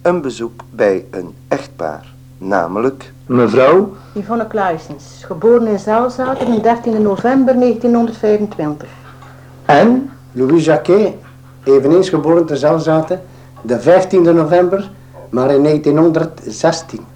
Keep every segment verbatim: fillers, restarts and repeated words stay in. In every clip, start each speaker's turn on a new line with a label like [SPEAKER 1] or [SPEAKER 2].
[SPEAKER 1] een bezoek bij een echtpaar, namelijk
[SPEAKER 2] mevrouw
[SPEAKER 3] Yvonne Kluisens, geboren in Zelzaten op dertiende november negentienhonderdvijfentwintig.
[SPEAKER 2] en
[SPEAKER 4] Louis Jacquet, eveneens geboren te Zelzaten, de vijftiende november, maar in negentienhonderdzestien.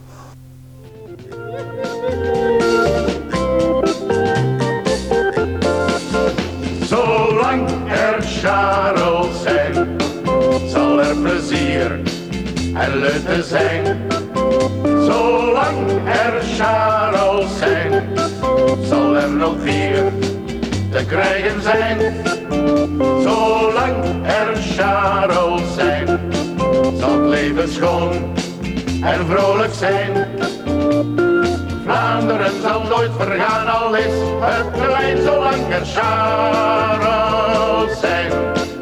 [SPEAKER 5] Zolang er Charles zijn, zal er plezier en lutte zijn. Zolang er Charles zijn, zal er nog vier te krijgen zijn. Zolang er Charles zijn, zal het leven schoon en vrolijk zijn. Vlaanderen zal nooit vergaan, al is het klein, zolang er Charles zijn.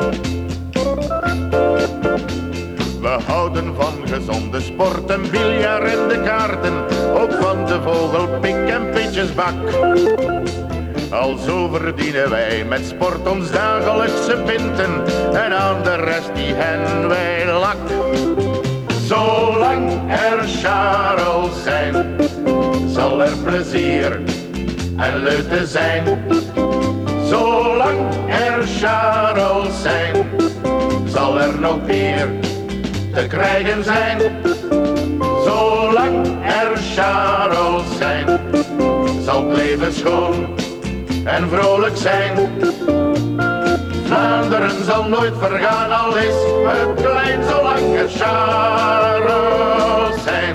[SPEAKER 5] We houden van gezonde sport en biljart en de kaarten, ook van de vogelpik en pitjesbak. Alzo verdienen wij met sport ons dagelijkse pinten en aan de rest die hen wij lak. Zolang er Charles zijn, zal er plezier en lutte zijn. Zolang er Charles zijn, zal er nog bier te krijgen zijn. Zolang er Charles zijn, zal het leven schoon en vrolijk zijn. Vlaanderen zal nooit vergaan, al is het klein, zolang er Charles zijn.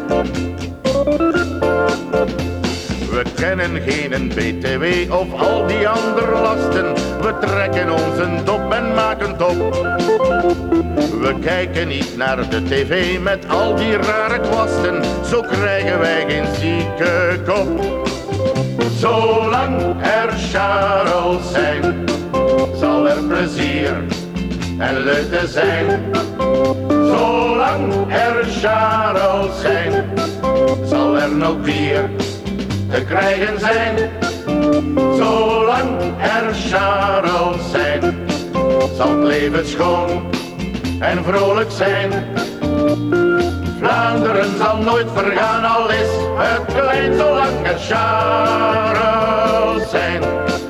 [SPEAKER 5] We kennen geen B T W of al die andere lasten. We trekken onze dop en maken het op. We kijken niet naar de tv met al die rare kwasten. Zo krijgen wij geen zieke kop. Zolang er Charles zijn, zal er plezier en lutte zijn. Zolang er Charles zijn, zal er nog bier te krijgen zijn. Zolang er Charles zijn, zal het leven schoon en vrolijk zijn. Vlaanderen zal nooit vergaan, al is het klein, zolang er Charles zijn.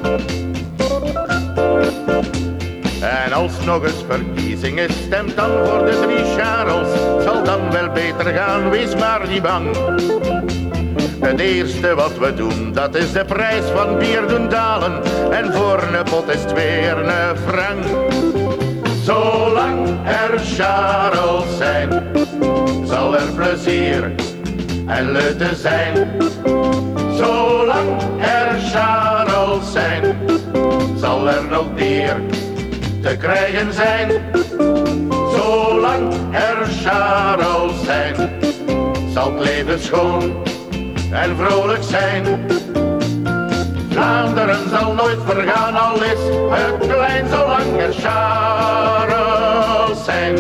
[SPEAKER 5] En als nog eens verkiezing is, stemt dan voor de drie Charles. Zal dan wel beter gaan, wees maar niet bang. Het eerste wat we doen, dat is de prijs van bier doen dalen. En voor een pot is het weer een frank. Zolang er Charles zijn, zal er plezier en lutte zijn. Zolang er Charles zijn, zal er nog bier te krijgen zijn. Zolang er Charles zijn, zal het leven schoon en vrolijk zijn. Vlaanderen zal nooit vergaan, al is het klein, zolang er Charles zijn.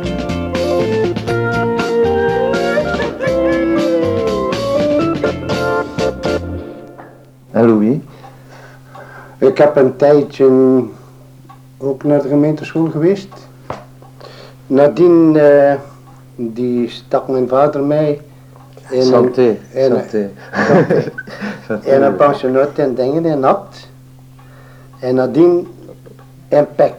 [SPEAKER 2] en Louis?
[SPEAKER 4] Ik heb een tijdje ook naar de gemeenteschool geweest. Nadien uh, die stak mijn vader mij in
[SPEAKER 2] Santé,
[SPEAKER 4] een, in,
[SPEAKER 2] santé.
[SPEAKER 4] in een pensionaat in Dingen in Nat. En nadien in Pek.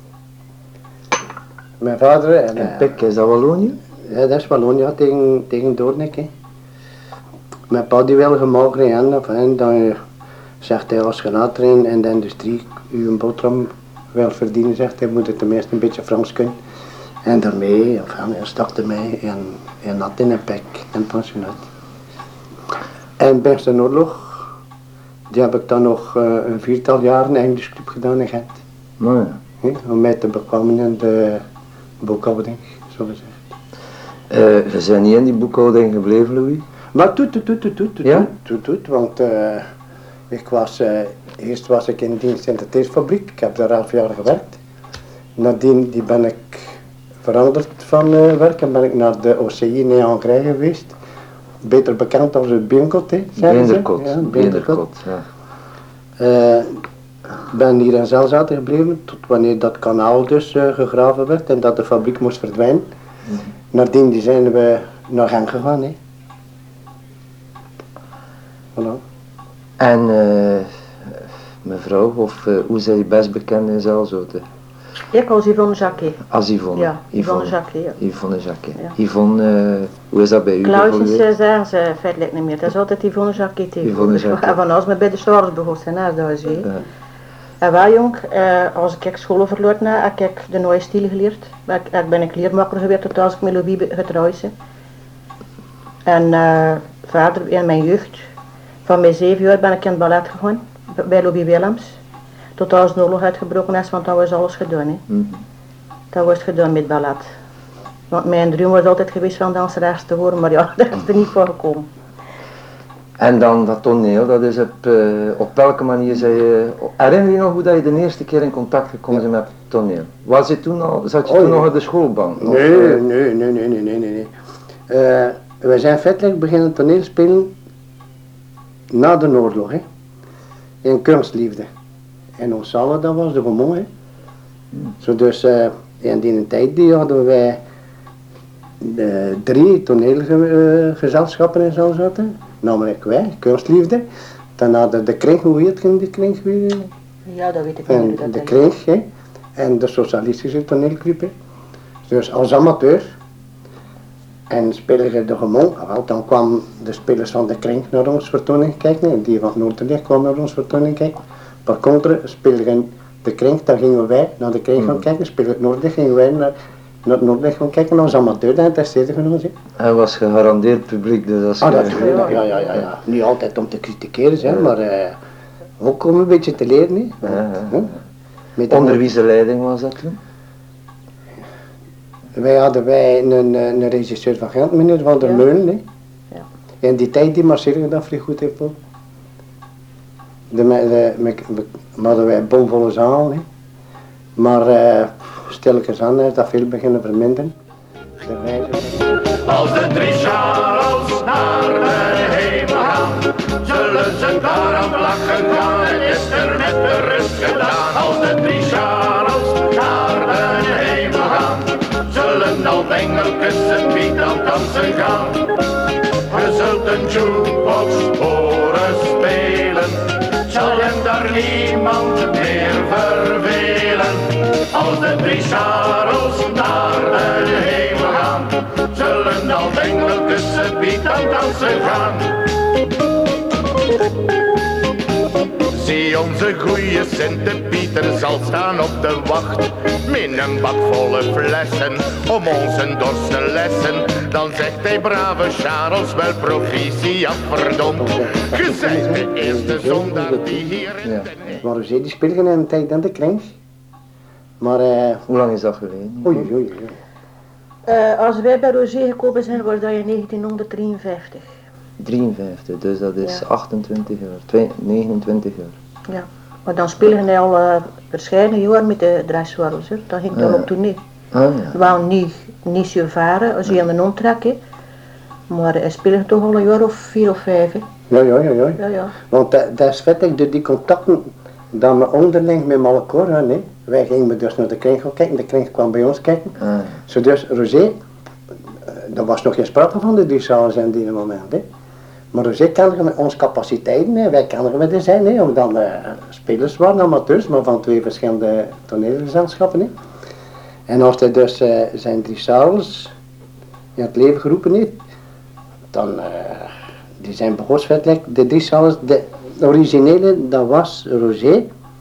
[SPEAKER 4] Mijn vader en...
[SPEAKER 2] En Pek, is dat Wallonië?
[SPEAKER 4] Ja, dat is Wallonia tegen, tegen Doornik. Hè. Mijn pa die wil gemageren en, en dan zegt hij, als je later in, in de industrie uw boterham wil verdienen, zegt hij, moet het tenminste een beetje Frans kunnen. En daarmee, of hij stak er mij in, in Nat in een Pek, in het pensionaat. En bij de oorlog, die heb ik dan nog uh, een viertal jaar een Engels club gedaan in Gent.
[SPEAKER 2] Nou ja.
[SPEAKER 4] He, om mij te bekomen in de boekhouding, zo gezegd.
[SPEAKER 2] Uh, we zijn niet in die boekhouding gebleven, Louis?
[SPEAKER 4] Maar toet, toet, toet, toet, toet,
[SPEAKER 2] Ja?
[SPEAKER 4] toet, toet, want uh, ik was, uh, eerst was ik in dienst in de theesfabriek, ik heb daar elf jaar gewerkt. Nadien die ben ik veranderd van uh, werk en ben ik naar de O C I in Hongarije geweest. Beter bekend als het Beenkot, hè, zeggen ze.
[SPEAKER 2] Beenderkot,
[SPEAKER 4] Ja,
[SPEAKER 2] Beenderkot, ja.
[SPEAKER 4] Uh, ben hier in Zelzaten gebleven tot wanneer dat kanaal dus uh, gegraven werd en dat de fabriek moest verdwijnen.
[SPEAKER 2] Mm-hmm.
[SPEAKER 4] Nadien die zijn we naar Genk gegaan. Hè. Voilà.
[SPEAKER 2] En uh, mevrouw, of uh, hoe zij best bekend in Zelzoten?
[SPEAKER 3] Ik als Yvonne Jacquet.
[SPEAKER 2] Als Yvonne?
[SPEAKER 3] Ja, Yvonne Jacquet. Ja.
[SPEAKER 2] Yvonne Jacquet.
[SPEAKER 3] Ja.
[SPEAKER 2] Yvonne, uh, hoe is dat bij u?
[SPEAKER 3] Klausens zeggen ze feitelijk niet meer. Dat is altijd Yvonne Jacquet.
[SPEAKER 2] Yvonne Jacquet.
[SPEAKER 3] En van als we bij de Stores begonnen zijn, dat is dat.
[SPEAKER 2] Ja.
[SPEAKER 3] En wel jong, uh, als ik school verloren heb, heb ik de nieuwe stijl geleerd. Ik, ik ben een kleermaker geweest tot als ik met Louis getrouwd ben. En uh, verder in mijn jeugd, van mijn zeven jaar ben ik in het ballet gegaan, bij Louis Willems. Tot als de oorlog uitgebroken is, want dat was alles gedaan. Hè.
[SPEAKER 2] Mm-hmm.
[SPEAKER 3] Dat was gedaan met ballet. Want mijn droom was altijd geweest van danseres te worden, maar ja, dat is er niet voor gekomen.
[SPEAKER 2] En dan dat toneel, dat is op, uh, op welke manier zei je, herinner je nog hoe dat je de eerste keer in contact gekomen bent met het toneel? Was je toen al, zat je
[SPEAKER 4] Oh,
[SPEAKER 2] toen
[SPEAKER 4] ja.
[SPEAKER 2] nog op de schoolbank? Of,
[SPEAKER 4] Nee,
[SPEAKER 2] uh,
[SPEAKER 4] nee, nee, nee, nee, nee, nee. Uh, wij zijn feitelijk beginnen toneel spelen na de oorlog, hè. In kunstliefde. En ons allen, dat was de Romon, hè.
[SPEAKER 2] Hmm.
[SPEAKER 4] Zo dus, uh, in die tijd die hadden wij uh, drie toneelgezelschappen in Zelzoten. Namelijk wij, kunstliefde. Dan hadden de kring, hoe heet het die kring weer?
[SPEAKER 3] Ja, dat weet ik niet
[SPEAKER 4] En
[SPEAKER 3] meer. hoe
[SPEAKER 4] de
[SPEAKER 3] dat is.
[SPEAKER 4] kring, hè. En de socialistische toneelclub, hè. Dus als amateur. En spelen ze de Gemon, wel, dan kwamen de spelers van de kring naar ons vertoning kijken en die van Noorderlicht kwamen naar ons vertoning kijken. Per contra speelden de kring, dan gingen wij naar de kring gaan kijken, spelen het Noorderlicht, gingen wij naar, naar het Noorderlicht gaan kijken als amateur, dat interesseerde van ons. Hè.
[SPEAKER 2] Hij was gegarandeerd publiek, dus als
[SPEAKER 4] Ah,
[SPEAKER 2] je-
[SPEAKER 4] dat is ja, ja, ja, ja, ja. Niet altijd om te kritiseren, hè, maar uh, ook om een beetje te leren. Hè.
[SPEAKER 2] Ja, ja,
[SPEAKER 4] Huh?
[SPEAKER 2] ja.
[SPEAKER 4] Met de-
[SPEAKER 2] Onder wie zijn leiding was dat toen?
[SPEAKER 4] Wij hadden wij een, een regisseur van Gent, meneer Van der
[SPEAKER 3] Ja.
[SPEAKER 4] Meulen. Hè.
[SPEAKER 3] Ja.
[SPEAKER 4] In die tijd die marcheerde dat vrij goed, hè, Paul. De, me- de, me, me, we hadden wij bomvolle zaal, hè. Maar uh, stilletjes aan is dat veel beginnen verminderen. De wijze van-
[SPEAKER 5] Als de drie Charles naar de hemel gaan, zullen ze daar aan het lachen gaan. Het is er met de rust gedaan. Als de drie Charles naar de hemel gaan, zullen al engeltjes een beat aan dansen gaan. Je zult een jukebox horen spelen, zal je daar niemand meer vervelen. Als de drie Charles naar de hemel gaan, zullen al engeltjes een beat aan dansen gaan. Zie onze goeie Sint-Pieter zal staan op de wacht, met een bak volle flessen om onze dorst te lessen. Dan zegt hij brave Charles wel proficiat verdomd, ge zijt de eerste zondaar die hier in
[SPEAKER 2] Ja.
[SPEAKER 5] de
[SPEAKER 4] Maar Roger die speelde in een tijd aan de kring. Maar uh,
[SPEAKER 2] Hoe lang is dat geleden?
[SPEAKER 4] oei, oei, oei.
[SPEAKER 3] Uh, als wij bij Roger gekomen zijn, was dat in negentienhonderddrieënvijftig.
[SPEAKER 2] drieënvijftig, dus dat is
[SPEAKER 3] Ja.
[SPEAKER 2] achtentwintig jaar, twee- negenentwintig jaar.
[SPEAKER 3] Ja. Maar dan spelen hij al uh, verschillende jaren met de Dressoirs. Dan ging het al
[SPEAKER 2] Ja.
[SPEAKER 3] op tournee.
[SPEAKER 2] Ah ja.
[SPEAKER 3] Wel niet, niet zo varen, als hij in de omtrek, hè. Maar hij speelde toch al een jaar of vier of vijf. Hè.
[SPEAKER 4] Ja, ja, ja, ja.
[SPEAKER 3] Ja, ja.
[SPEAKER 4] Want dat, dat is vettig, door die contacten dat we onderling met elkaar gaan. Hè. Wij gingen dus naar de kring gaan kijken, de kring kwam bij ons kijken.
[SPEAKER 2] Ah, ja.
[SPEAKER 4] Zo dus, Roger, uh, er was nog geen sprake van de drie zalen in die moment. Hè. Maar Roger kende met onze capaciteiten, hè. Wij kenden met de zijn, hè. Omdat we uh, spelers waren, amateurs, maar van twee verschillende toneelgezelschappen. Hè. En als hij dus uh, zijn drie zalen in het leven geroepen heeft, dan uh, die zijn begonnen, de drie zalen, de originele, dat was Roger,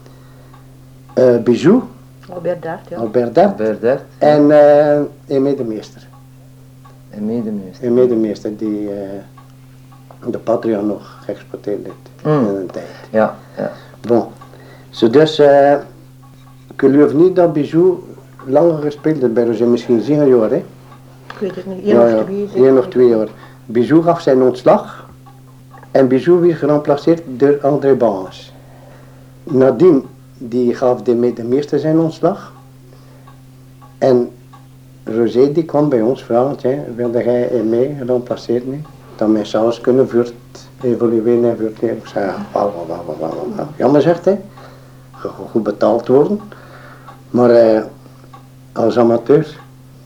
[SPEAKER 4] uh, Bijou,
[SPEAKER 3] Albert Dart, ja.
[SPEAKER 4] Albert Dert
[SPEAKER 2] Berdert
[SPEAKER 4] en uh, een medemeester.
[SPEAKER 2] en medemeester.
[SPEAKER 4] Een medemeester die uh, de Patria nog geëxporteerd heeft
[SPEAKER 2] Mm.
[SPEAKER 4] in een tijd.
[SPEAKER 2] Ja, ja.
[SPEAKER 4] Bon, zo dus, uh, ik geloof niet dat Bijou langer gespeeld heeft bij Roger, misschien zeven jaar, hè?
[SPEAKER 3] Ik weet het niet, één of twee. zeker.
[SPEAKER 4] één of twee jaar. Bijou gaf zijn ontslag en Bijou werd geramplaceerd door André Baans. Nadien die gaf de medemeester zijn ontslag en Roger die kwam bij ons vragen, hè, wilde jij mee geramplaceerd mee? Dat wij zelfs kunnen voort evolueren en voort nemen. Ik zei, ja, wauw, wauw, wauw, wauw, wauw. Jammer zegt hij, je gaat goed betaald worden, maar uh, als amateur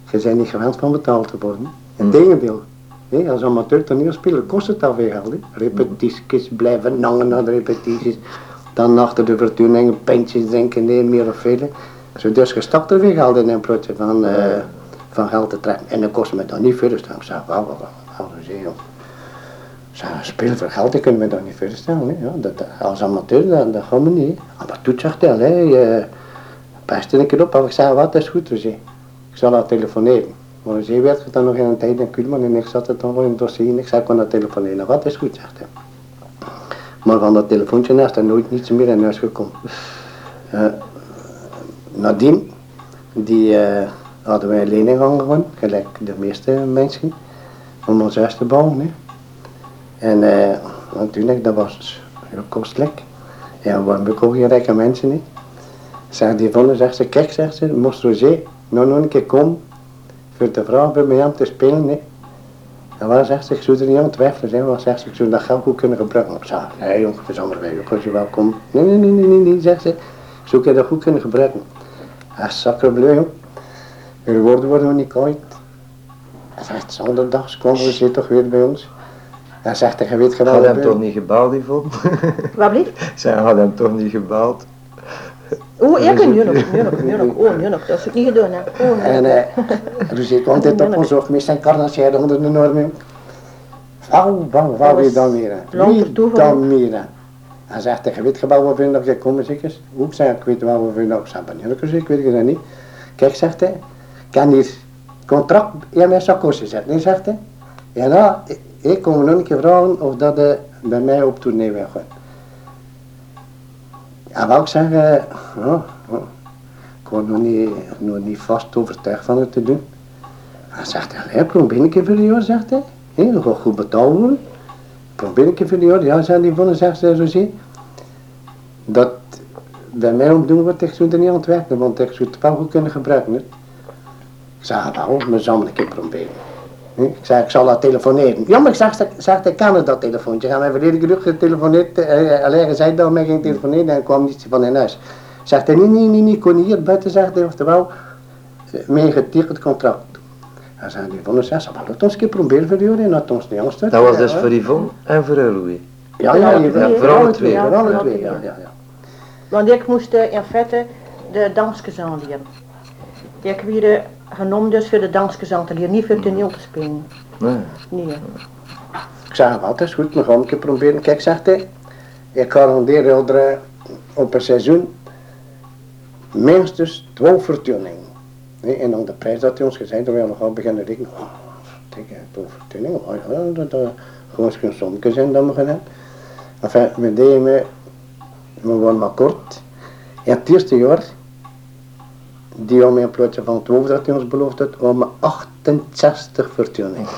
[SPEAKER 4] je bent niet gewend van betaald te worden. Integendeel, hè, als amateur toneelspeler kost het al veel geld. Hè. Repetities, blijven hangen naar de repetities. Dan achter de vertoningen pintjes drinken, nee, meer of veel. Zo dus gestapt er veel geld in een plotje van, uh, van geld te trekken. En dat kost me dan niet verder staan. Ik zei, wauw, wauw, wauw, wauw. Spelen voor geld, dat kunnen we dat niet voorstellen. Hè. Ja, dat, als amateur, dat, dat gaan we niet. Hè. Maar toen zegt hij, hè, je past er een keer op. En ik zei, wat, dat is goed, Roger. Ik zal dat telefoneren. Maar Roger werd het dan nog in een tijd in Kuhlman en ik zat het dan nog in het dossier en ik zei, ik kon dat telefoneren. Wat, dat is goed, zegt hij. Maar van dat telefoontje is er nooit niets meer in huis gekomen. Uh, nadien, die uh, hadden wij een lening aangegaan, gelijk de meeste mensen, om ons huis te bouwen. Hè. En uh, natuurlijk, dat was heel kostelijk. Ja, we waren ook geen rijke mensen. Hè. Zegt die vonne, zegt ze, kijk, zegt ze, moest Roger nou nog een keer komen voor te vragen bij mij aan te spelen. Hè. En wat zegt ze, ik zou er niet aan twijfelen zijn, wat zegt ze, ik zou dat geld goed kunnen gebruiken. Ik zei, nee jong, het is anderweg, als je wel komt. Nee, nee, nee, nee, nee, nee, zegt ze, ik zou dat goed kunnen gebruiken. Hij is sacrebleu, jong. Uw woorden worden we niet kwijt. Hij zegt, zondags komen we zitten toch weer bij ons. Hij zegt, je weet gewoon.
[SPEAKER 2] Had hem toch niet gebeld, Yvonne?
[SPEAKER 3] Wat blieft?
[SPEAKER 2] Zij had hem toch niet gebeld?
[SPEAKER 3] Oh, ik nu nog, nu nog, nu nog, oh, nu nog, dat is het niet gedaan, hè. Oh,
[SPEAKER 4] en uh, Roger kwam altijd op ons af met zijn carnassière onder de norm. Vauw, vauw, vauw, wie dan weer? Wie dan weer? Hij zegt, je weet gebouw waar we nog komen, zeker? Hoe zei ik, weet waar we nog zijn, ik weet het niet. Kijk, zegt hij, ik kan hier contract in mijn sakkoosje zetten, nee, zegt hij. En nou, ik kom nog een keer vragen of dat hij bij mij op tournee wil gaan. Ja, wou ik zeggen, oh, oh, ik word nog niet, nog niet vast overtuigd van het te doen. Hij zegt, hij probeer een keer voor de jaar, zegt hij. He, dat gaat goed betaald worden. Probeer een keer voor de jaar. Ja, zei die vonne, zegt ze, Roger. Dat bij mij om doen wordt, ik zou er niet aan het werken, want ik zou het wel goed kunnen gebruiken. Hè. Ik zei, nou, maar zal een keer proberen. He, ik zei, ik zal dat telefoneren. Ja, maar ik zeg, zeg ik kan dat telefoontje. Gaan wij verleden genoeg getelefoneerd. Uh, alleen zei dat mij ging telefoneren en kwam niets van in huis. Zegt hij, nee, nee, nee, ik kon hier buiten, zegt hij, oftewel, mijn getekend contract. Hij zei, die vonne zegt, laat ons een keer proberen voor jullie en laat ons niet angst.
[SPEAKER 2] Dat was dus voor Yvonne en voor Louis?
[SPEAKER 4] Ja, ja, ja, ja,
[SPEAKER 2] voor alle twee.
[SPEAKER 4] Ja, voor alle twee, ja, ja, ja.
[SPEAKER 3] Want ik moest uh, in feite de dansgezang leren. Ik werd genomen dus voor de dansgezang te leren, niet voor toneel te spelen.
[SPEAKER 2] Nee.
[SPEAKER 3] Nee.
[SPEAKER 4] Ik zei, wat is goed, we gaan een keer proberen. Kijk, zegt hij, ik garandeer er op een seizoen minstens twaalf vertoningen. Nee, en dan de prijs dat hij ons gezegd, dat we nog al beginnen rekenen. Oh, kijk, twaalf vertoningen, oh, ja, dat er gewoon geen sommetje zijn dat we gedaan. Enfin, we deden me, we waren maar kort. In het eerste jaar, die al een plotje van twaalf dat hij ons beloofd had, waren we achtenzestig vertoningen.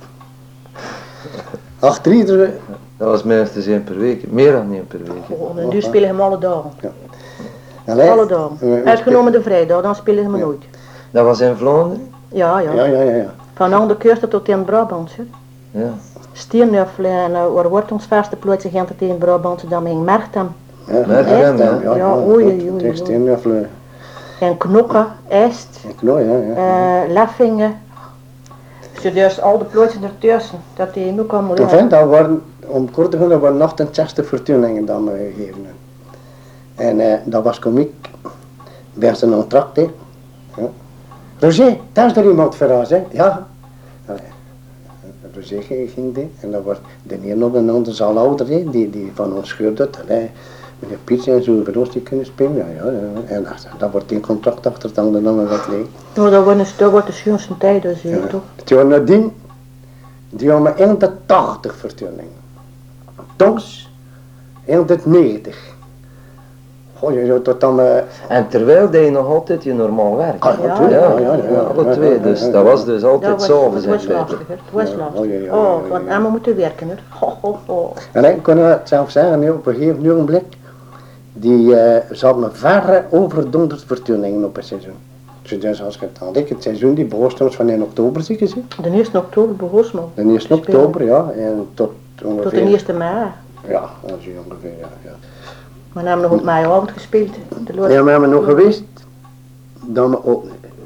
[SPEAKER 4] Achter iedere...
[SPEAKER 2] Dat was minstens één per week, meer dan één per week.
[SPEAKER 3] Oh, en nu spelen we alle dagen.
[SPEAKER 4] Ja. Allee,
[SPEAKER 3] alle dagen.
[SPEAKER 4] we- we
[SPEAKER 3] Uitgenomen de vrijdag, dan spelen we
[SPEAKER 4] Ja.
[SPEAKER 3] nooit.
[SPEAKER 2] Dat was in Vlaanderen?
[SPEAKER 3] Ja, ja.
[SPEAKER 4] Ja, ja, ja, ja.
[SPEAKER 3] Van aan de kust tot in Brabant. Hè.
[SPEAKER 2] Ja.
[SPEAKER 3] Steenuffelen en uh, waar wordt ons vaste plotje gent het in Brabant, dan in Mertem.
[SPEAKER 4] Ja,
[SPEAKER 2] Mertem,
[SPEAKER 4] ja,
[SPEAKER 2] ja.
[SPEAKER 3] Ja, oei, oei, oei,
[SPEAKER 4] Tegen
[SPEAKER 3] oei.
[SPEAKER 4] Steenuffelen.
[SPEAKER 3] En Knokken, Eist,
[SPEAKER 4] Ik nou, ja, ja.
[SPEAKER 3] uh, Leffingen. Dus, dus al de plotjes ertussen, dat die ook allemaal
[SPEAKER 4] Toen vind dat waren, om kort te gaan, dat waren achtenzestig vertoningen dan me gegeven. En uh, dat was komiek. Bij zijn contract, hè. Ja. Roger, daar is er iemand voor ons, hè. Ja. Allee. Roger ging die, en dat was de een of de ander zal ouder, hè, die, die van ons scheurde het. Allee. Meneer Piets en zo voor ons die kunnen spelen, ja, ja, ja. En dat, dat wordt in contract achter dan dan we wat leeg.
[SPEAKER 3] Nou, dat wordt, een, dat wordt de schoonste tijd, dus,
[SPEAKER 4] Ja.
[SPEAKER 3] toch?
[SPEAKER 4] Het jaar nadien, die hadden we honderdtachtig vertoningen. Thans, honderdnegentig. Goh, je zou tot dan... Uh,
[SPEAKER 2] En terwijl deed je nog altijd je normaal werk.
[SPEAKER 4] Ah,
[SPEAKER 3] Ja,
[SPEAKER 4] natuurlijk,
[SPEAKER 2] ja,
[SPEAKER 4] ja, ja, ja.
[SPEAKER 2] alle twee. Dus dat was dus
[SPEAKER 3] Dat
[SPEAKER 2] altijd
[SPEAKER 3] was,
[SPEAKER 2] s'avonds
[SPEAKER 3] dat was
[SPEAKER 2] in feite.
[SPEAKER 3] lastig, hè. Het was
[SPEAKER 4] Ja,
[SPEAKER 3] lastig.
[SPEAKER 4] oh, ja, ja, ja,
[SPEAKER 3] Oh,
[SPEAKER 4] ja,
[SPEAKER 3] want
[SPEAKER 4] ja.
[SPEAKER 3] Emma moeten werken, hè. Ho, ho, ho.
[SPEAKER 4] En dan kunnen we het zelf zeggen, hè, op een gegeven ogenblik, die uh, zat me verre over honderd vertoningen op een seizoen. Dus als je het aan denkt, het seizoen die begon soms van in oktober, zie je ze.
[SPEAKER 3] De eerste oktober begon me.
[SPEAKER 4] De eerste oktober, ja, en tot ongeveer...
[SPEAKER 3] Tot de eerste mei.
[SPEAKER 4] Ja, dat is ongeveer, ja. ja.
[SPEAKER 3] We hebben nog op meiavond gespeeld. De Loord-
[SPEAKER 4] Ja, we hebben nog geweest, dat we op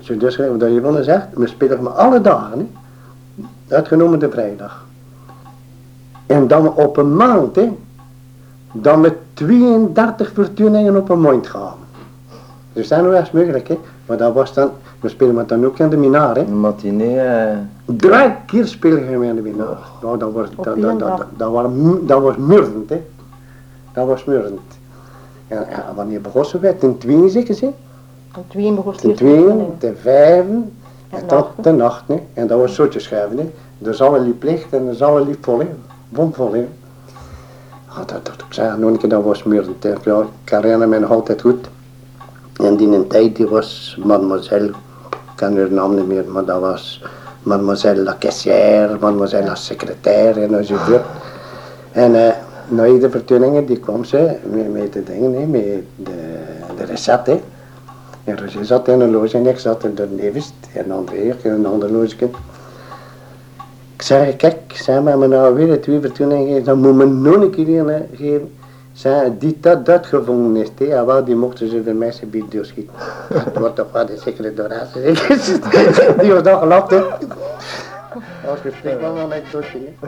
[SPEAKER 4] Zo dus, wat je wilde zegt, we spelen maar alle dagen, hè. Uitgenomen de vrijdag. En dan op een maand, hè, dan met tweeëndertig vertuiningen op een maand gaan. Dus dat is nog eens mogelijk, hè. Maar dat was dan, we spelen maar dan ook in de minaar, hè.
[SPEAKER 2] Een matinee. Uh...
[SPEAKER 4] Drie keer spelen we in de minaar. Nou, dat was, dat, dat, dat, dat, dat, was, dat was murdend, hè. Dat was murdend. En, en wanneer begon ze werd? Ten tweeën zeker, hè.
[SPEAKER 3] Ten tweeën begon
[SPEAKER 4] Ten tweeën, ten vijven. En tot de nacht, hè. En dat was zo te schuiven, hè. Dus alle liep licht en dus alle liep vol, hè. Bomvol, hè. Ah, dat, dat, ik zei nog een keer, dat was murdend, hè. Ja, ik herinner me nog altijd goed. En die een tijd, die was mademoiselle, ik ken haar naam niet meer, maar dat was mademoiselle la caissière, mademoiselle la secrétaire en enzovoort. En uh, na iedere vertoning, die kwam ze met, met de dingen, hè, met de, de recept, hè. En Roger zat in een loge en ik zat in de nevest, en André in een ander loge. Ik zei, kijk, zei maar, maar nou weer twee vertoningen, dan moet me nog een keer geven. Zei, die dat, dat gevonden is, hè, en wel, die mochten ze de mensen bij doorschieten. Het wordt toch wel de secretaris, die was dan gelapt, hè. Als je spreekt wel wel met doodje, hè.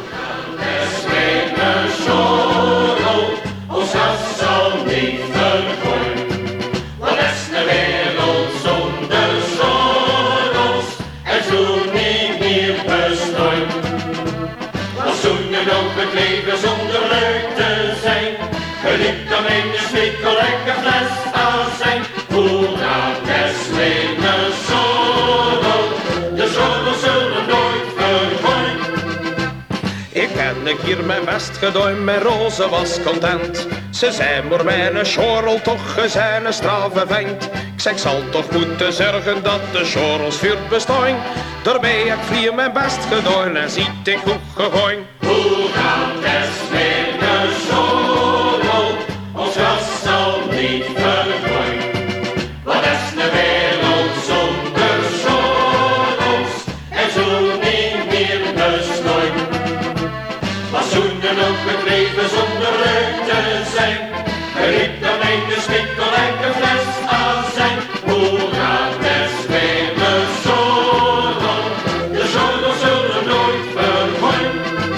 [SPEAKER 6] Ons jas zal niet vergooien. Wat is de wereld zonder zorgels en zo niet meer bestooien? Wat zoenen ook het leven zonder leuk te zijn? Geliefd dan in de smikkel lekker fles azijn. Hoe gaat het leven zorgel? De zorgels zullen nooit vergooien.
[SPEAKER 7] Ik heb hier mijn best gedaan, mijn roze was content. Ze zei maar mijn schorrel toch, ge zijn een straffe vent. Ik zeg, ik zal toch moeten zorgen dat de schorrels vuur bestaan. Daarbij heb ik vrij mijn best gedaan en ziet ik goed gegooid.
[SPEAKER 6] Hoe gaat het met de schorrel? Ons ras zal niet vergooien. Wat is de wereld zonder schorrels en zo niet meer bestooien? Wat zoenen ook met leven zonder leuk te zijn? Geliefd dan in de smikkel en de fles azijn. Hoe gaat het met de zorgel? De zorgels zullen nooit vergooien.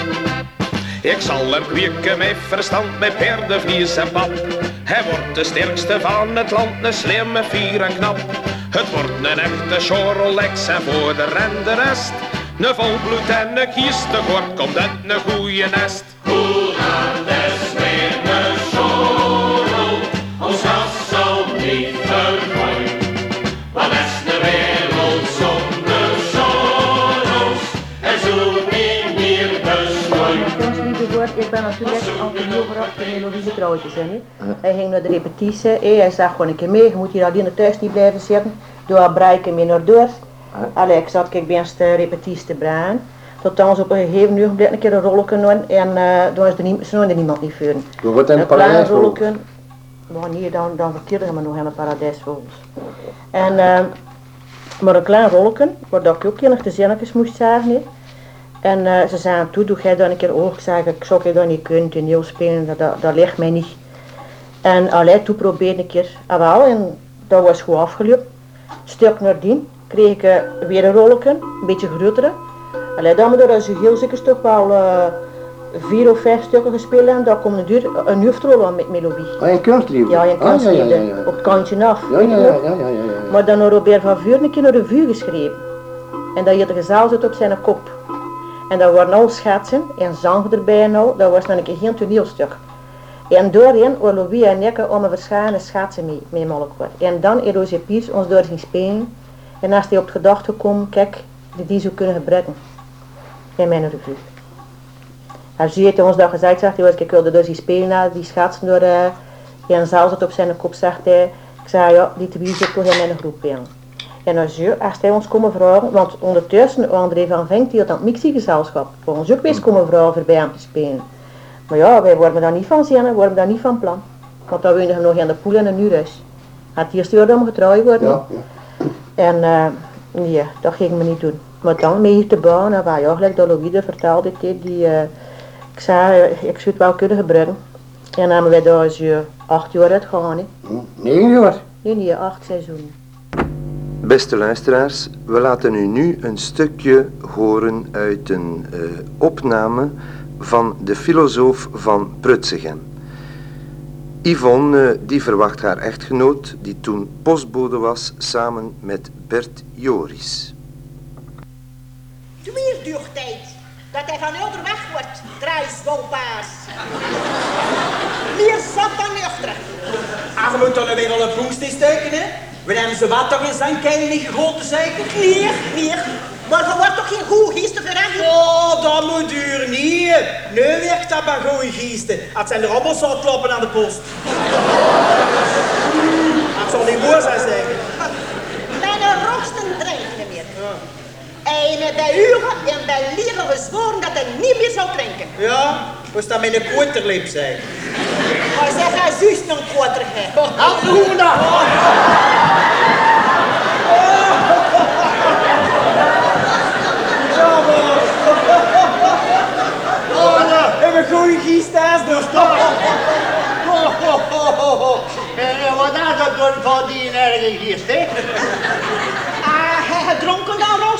[SPEAKER 7] Ik zal hem kweken met verstand, met paardenvlies en pap. Hij wordt de sterkste van het land, een slimme, fier en knap. Het wordt een echte schorreleks en voor de ren de rest. Een volbloed en een kies te kort komt uit een goeie nest.
[SPEAKER 6] Hoe gaat het met de schorrel? Ons ras zal niet vergooien. Wat is de wereld zonder schorrels en zo niet meer bestooien?
[SPEAKER 3] Ik ben natuurlijk altijd heel graag de melodie getrouwd te zijn. Hij ging naar de repetitie, hij zei gewoon een keer mee, je moet hier alleen thuis niet blijven zitten. Door breken mee naar door. Allee, ik zat kijk bij een repetitie te brengen. Tot dan op een gegeven moment een keer een rolletje doen en uh, dan is er, nie, er niemand niet voor.
[SPEAKER 4] We worden in
[SPEAKER 3] een
[SPEAKER 4] het paradijs
[SPEAKER 3] klein rolletje, maar nee, dan, dan verkeerde we nog in het paradijsvogels. En, uh, maar een klein rolletje, waar ik ook nog de zinnetjes moest zeggen. En uh, ze zeiden toe, doe jij dan een keer oog? Ik zei, ik zou dat niet kunnen, toneel spelen, dat, dat, dat ligt mij niet. En allee, toen probeerde ik een keer, ah wel, en dat was goed afgelopen. Stuk nadien kreeg ik uh, weer een rolletje, een beetje grotere. Allee, dan moet er als je heel zeker toch wel uh, vier of vijf stukken gespeeld en dan komt een uur, een uurtrol met melodie.
[SPEAKER 4] Ah, in kunstliefde?
[SPEAKER 3] Ja, in kunstliefde,
[SPEAKER 4] ah, ja, ja, ja, ja.
[SPEAKER 3] op het kantje af.
[SPEAKER 4] Ja, ja, ja, ja, ja, ja, ja.
[SPEAKER 3] Maar dan had Robert van Vuur een keer naar de vuur geschreven. En dat had de gezaal zit op zijn kop. En dat waren al schetsen en zang erbij nou, dat was dan een keer geen toneelstuk. En doorheen waren Louis en ik om een verschillende schetsen mee, mee mogelijk worden. En dan heeft Roger Piers ons door zien spelen. En als hij op de gedachte gekomen, kijk, die die zou kunnen gebruiken. In mijn revue. En zo heeft hij ons dat gezegd, zegt hij, ik wilde door zien spelen, die schetsen door, uh, en zaal zit op zijn kop, zegt hij. Ik zei, ja, die twee zit toch in mijn groep in. En als, je, als hij ons komen vragen, want ondertussen André van Venk die had aan het mixiegezelschap, voor ons ook eens komen vragen voor bij hem te spelen. Maar ja, wij worden daar niet van zin, we worden daar niet van plan. Want dan woonde hij nog in de poel in een huurhuis. Het eerste jaar dat we getrouwd worden.
[SPEAKER 4] Ja, ja.
[SPEAKER 3] En uh, nee, dat ging me niet doen. Maar dan mee hier te bouwen, en waar ja, gelijk dat Louis vertelde, die, die, uh, ik zei, uh, ik zou het wel kunnen gebruiken. En dan hebben wij daar eens uh, acht jaar uitgegaan.
[SPEAKER 4] Negen jaar?
[SPEAKER 3] Nee, nee, acht seizoenen.
[SPEAKER 1] Beste luisteraars, we laten u nu een stukje horen uit een uh, opname van de filosoof van Prutzegem. Yvonne uh, die verwacht haar echtgenoot, die toen postbode was, samen met Bert Joris.
[SPEAKER 8] Twee duurt tijd dat hij van ouder weg wordt, druiswolpaars. Meer zat dan nuchter.
[SPEAKER 9] Ah, je moet dan weer al een poest in steken, hè? We hebben ze wat toch in zijn keil niet gegoten, zeker?
[SPEAKER 8] Nee, nee. Maar je wordt toch geen goede geesten voor hem?
[SPEAKER 9] Oh, dat moet duren niet. Nu werkt dat bij goede geesten. Het zijn de robbels zal kloppen aan de post. Het zal niet mooi zijn, zeker.
[SPEAKER 8] Mijn rooksten drinken meer. Ja. En bij uren en bij lieren gezworen dat hij niet meer zou drinken.
[SPEAKER 9] Ja, was dat met een koterlip, zeg.
[SPEAKER 8] Maar zeg, hij zuist nog een koter, hè.
[SPEAKER 9] Afroeren dan! Oh, en een goede giest thuis, dus toch?
[SPEAKER 4] En wat is dat dan van die erge giest, hè?
[SPEAKER 8] Ah, hij heeft dronken dan, Roos?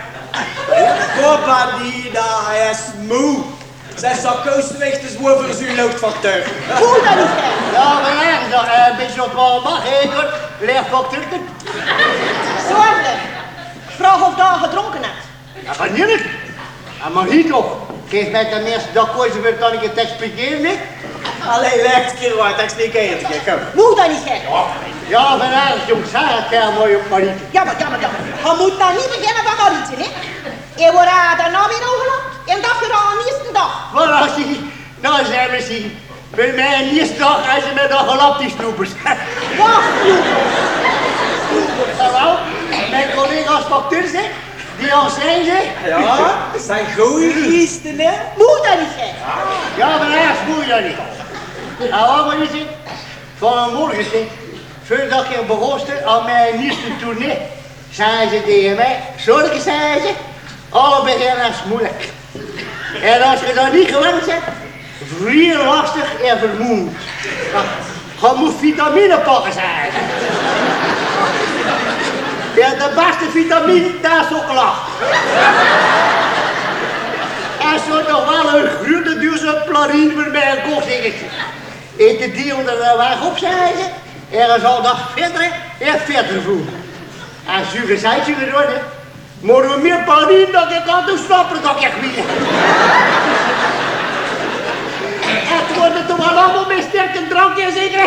[SPEAKER 9] Papa, die daar, hij is moe. Zij zal koosweg te zwoer voor zijn loodfacteur.
[SPEAKER 8] Voel dat niet, hè?
[SPEAKER 4] Ja, maar erg, dat een beetje op wel mag, hè, hoor. Leeg van Turken.
[SPEAKER 8] Zorgelijk. Vraag of dat gedronken hebt.
[SPEAKER 4] Ja, van niet. Ja, maar niet toch. Geef mij ten eerste dat kozen weer kan ik het expliceren, hè?
[SPEAKER 9] Allee, leg het keer wat, expliceren, kom.
[SPEAKER 8] Moet dat niet, hè?
[SPEAKER 4] Ja, van erg, jongens, hè, het kan mooi op Marietje.
[SPEAKER 8] Jammer, jammer, jammer. Je moet dan niet beginnen van Marietje, hè? Je wordt daarna weer overloopt. En dat voor aan de eerste dag.
[SPEAKER 4] Voilà, zie. Nou zijn we zien. Bij mij een eerste dag gaan ze met een gelap die snoepers.
[SPEAKER 8] Wacht, snoepers.
[SPEAKER 4] Ja, wel. Mijn collega's facteurs, hè. Die al zijn ze.
[SPEAKER 9] Ja, dat zijn goeie giesten, hè?
[SPEAKER 8] Moet dat niet, hè?
[SPEAKER 4] Ja, maar ergens moet je dat niet. Nou, wat moet je zien? Vanmorgen, hè. Voordat ik begonnen aan mijn eerste tournee, zeiden ze tegen mij, zorgen zeiden ze, alle beginnen is moeilijk. En als je dat niet gewend bent, vrij lastig en vermoeiend. Je moet vitamine pakken, zei ze. Ja, de beste vitamine, dat is ook lach. En zo nog wel een grote duurse planien voor mij een kookdingetje. Eten die onder de weg op, zei ze. En dan zal dat verder en verder voelen. En zuur zijn ze geworden. Maar hoe meer planien dat ik kan doen, snappen dat ik weer. Het wordt toch wel allemaal met sterke drankje, zeker?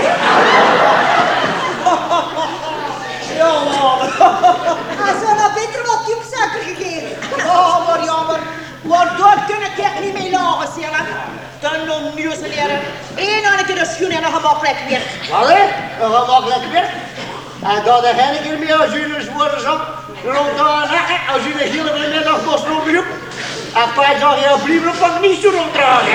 [SPEAKER 9] Ja, man.
[SPEAKER 8] Hij zou nou beter wat tubsuiker gegeven. Oh, maar jammer. Waardoor kun ik echt niet mee lachen, zeg. Dan nog nieuws leren. Eén aan een keer de schoen en een gemakkelijk weer.
[SPEAKER 4] Wat, hè? Een gemakkelijk weer? En dat de geen keer meer als jullie worden zo. Rond de leggen, als jullie hele middag bos lopen op. En pijn zal je liever pak niet zo ronddragen.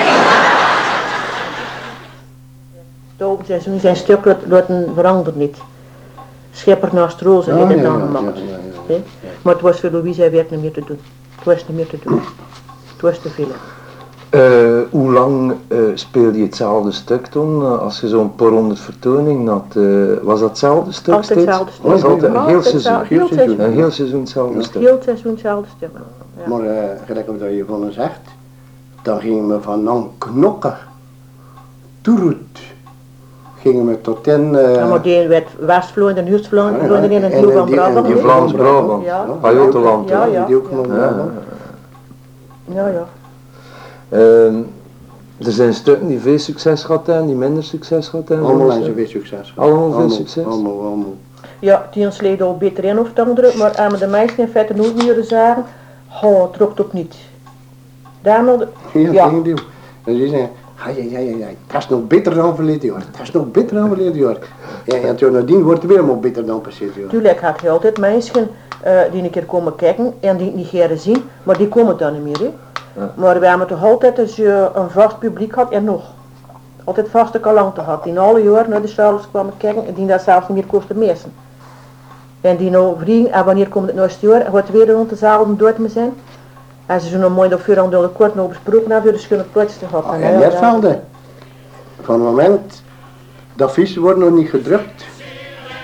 [SPEAKER 3] Het open seizoen zijn stukken veranderd niet. Schepper naast Roos en
[SPEAKER 4] Ja,
[SPEAKER 3] dit en
[SPEAKER 4] ja,
[SPEAKER 3] dan
[SPEAKER 4] ja,
[SPEAKER 3] gemaakt.
[SPEAKER 4] ja, ja, ja.
[SPEAKER 3] Maar het was voor Louise hij werk niet meer te doen. Het was niet meer te doen. Het was te veel.
[SPEAKER 2] Uh, hoe lang uh, speelde je hetzelfde stuk toen? Uh, als je zo'n paar honderd vertoningen had, uh, was dat hetzelfde stuk
[SPEAKER 3] Altijd
[SPEAKER 2] steeds?
[SPEAKER 3] hetzelfde stuk.
[SPEAKER 2] Was altijd een heel
[SPEAKER 3] Altijd
[SPEAKER 2] seizoen?
[SPEAKER 3] hetzelfde- heel seizoen.
[SPEAKER 2] Een heel seizoen hetzelfde
[SPEAKER 4] Ja.
[SPEAKER 2] stuk.
[SPEAKER 3] Heel het seizoen hetzelfde stuk. Ja.
[SPEAKER 4] Maar uh, gelijk op dat je van zegt, dan gingen we van een knokken, toeroet, gingen we tot in... Uh,
[SPEAKER 3] Ja, maar die werd West-Vlaanderen en Oost-Vlaanderen
[SPEAKER 4] Ja, ja.
[SPEAKER 3] in het
[SPEAKER 4] En,
[SPEAKER 3] deel
[SPEAKER 4] eh,
[SPEAKER 3] van
[SPEAKER 4] die-
[SPEAKER 3] Brabant.
[SPEAKER 4] en
[SPEAKER 2] Die Vlaams Brabant,
[SPEAKER 3] Ja.
[SPEAKER 2] Pajottenland.
[SPEAKER 3] Ja, ja.
[SPEAKER 4] die ook genomen
[SPEAKER 2] Ja,
[SPEAKER 4] hebben.
[SPEAKER 3] Ja, ja.
[SPEAKER 2] Uh, er zijn stukken die veel succes gehad hebben, die minder succes gehad hebben.
[SPEAKER 4] Allemaal
[SPEAKER 2] Hoe is
[SPEAKER 4] hebben
[SPEAKER 2] dat?
[SPEAKER 4] ze weer succes.
[SPEAKER 2] Allemaal veel succes?
[SPEAKER 4] Allemaal, allemaal.
[SPEAKER 3] Ja, die ons leden al beter in of het andere, maar aan de meesten in feite nooit meer zagen, oh, het trok ook niet. Daarom de,
[SPEAKER 4] Ja,
[SPEAKER 3] ja.
[SPEAKER 4] tegendeel. En die zeggen, ja, ja, ja, ja, dat is nog beter dan verleden jaar. Dat is nog beter dan verleden jaar. Ja, en toen nadien wordt het weer maar beter dan passeerd jaar.
[SPEAKER 3] Tuurlijk had je altijd mensen uh, die een keer komen kijken en die het niet geren zien, maar die komen dan niet meer. Hè.
[SPEAKER 2] Ja.
[SPEAKER 3] Maar we hebben toch altijd als je een vast publiek had en nog. Altijd vaste kalanten had, die alle jaar naar de zaalers kwamen kijken en die dat zelfs niet meer kosten meesten. En die nou vrienden, en wanneer komt het nou eens jaar, wordt weer rond de zaal om door te zijn. En ze zijn nog mooi op vuur aan de kort nog besproken hebben, dus kunnen plaats te gehad.
[SPEAKER 4] Ah, en net velden. Van het moment dat vies wordt nog niet gedrukt,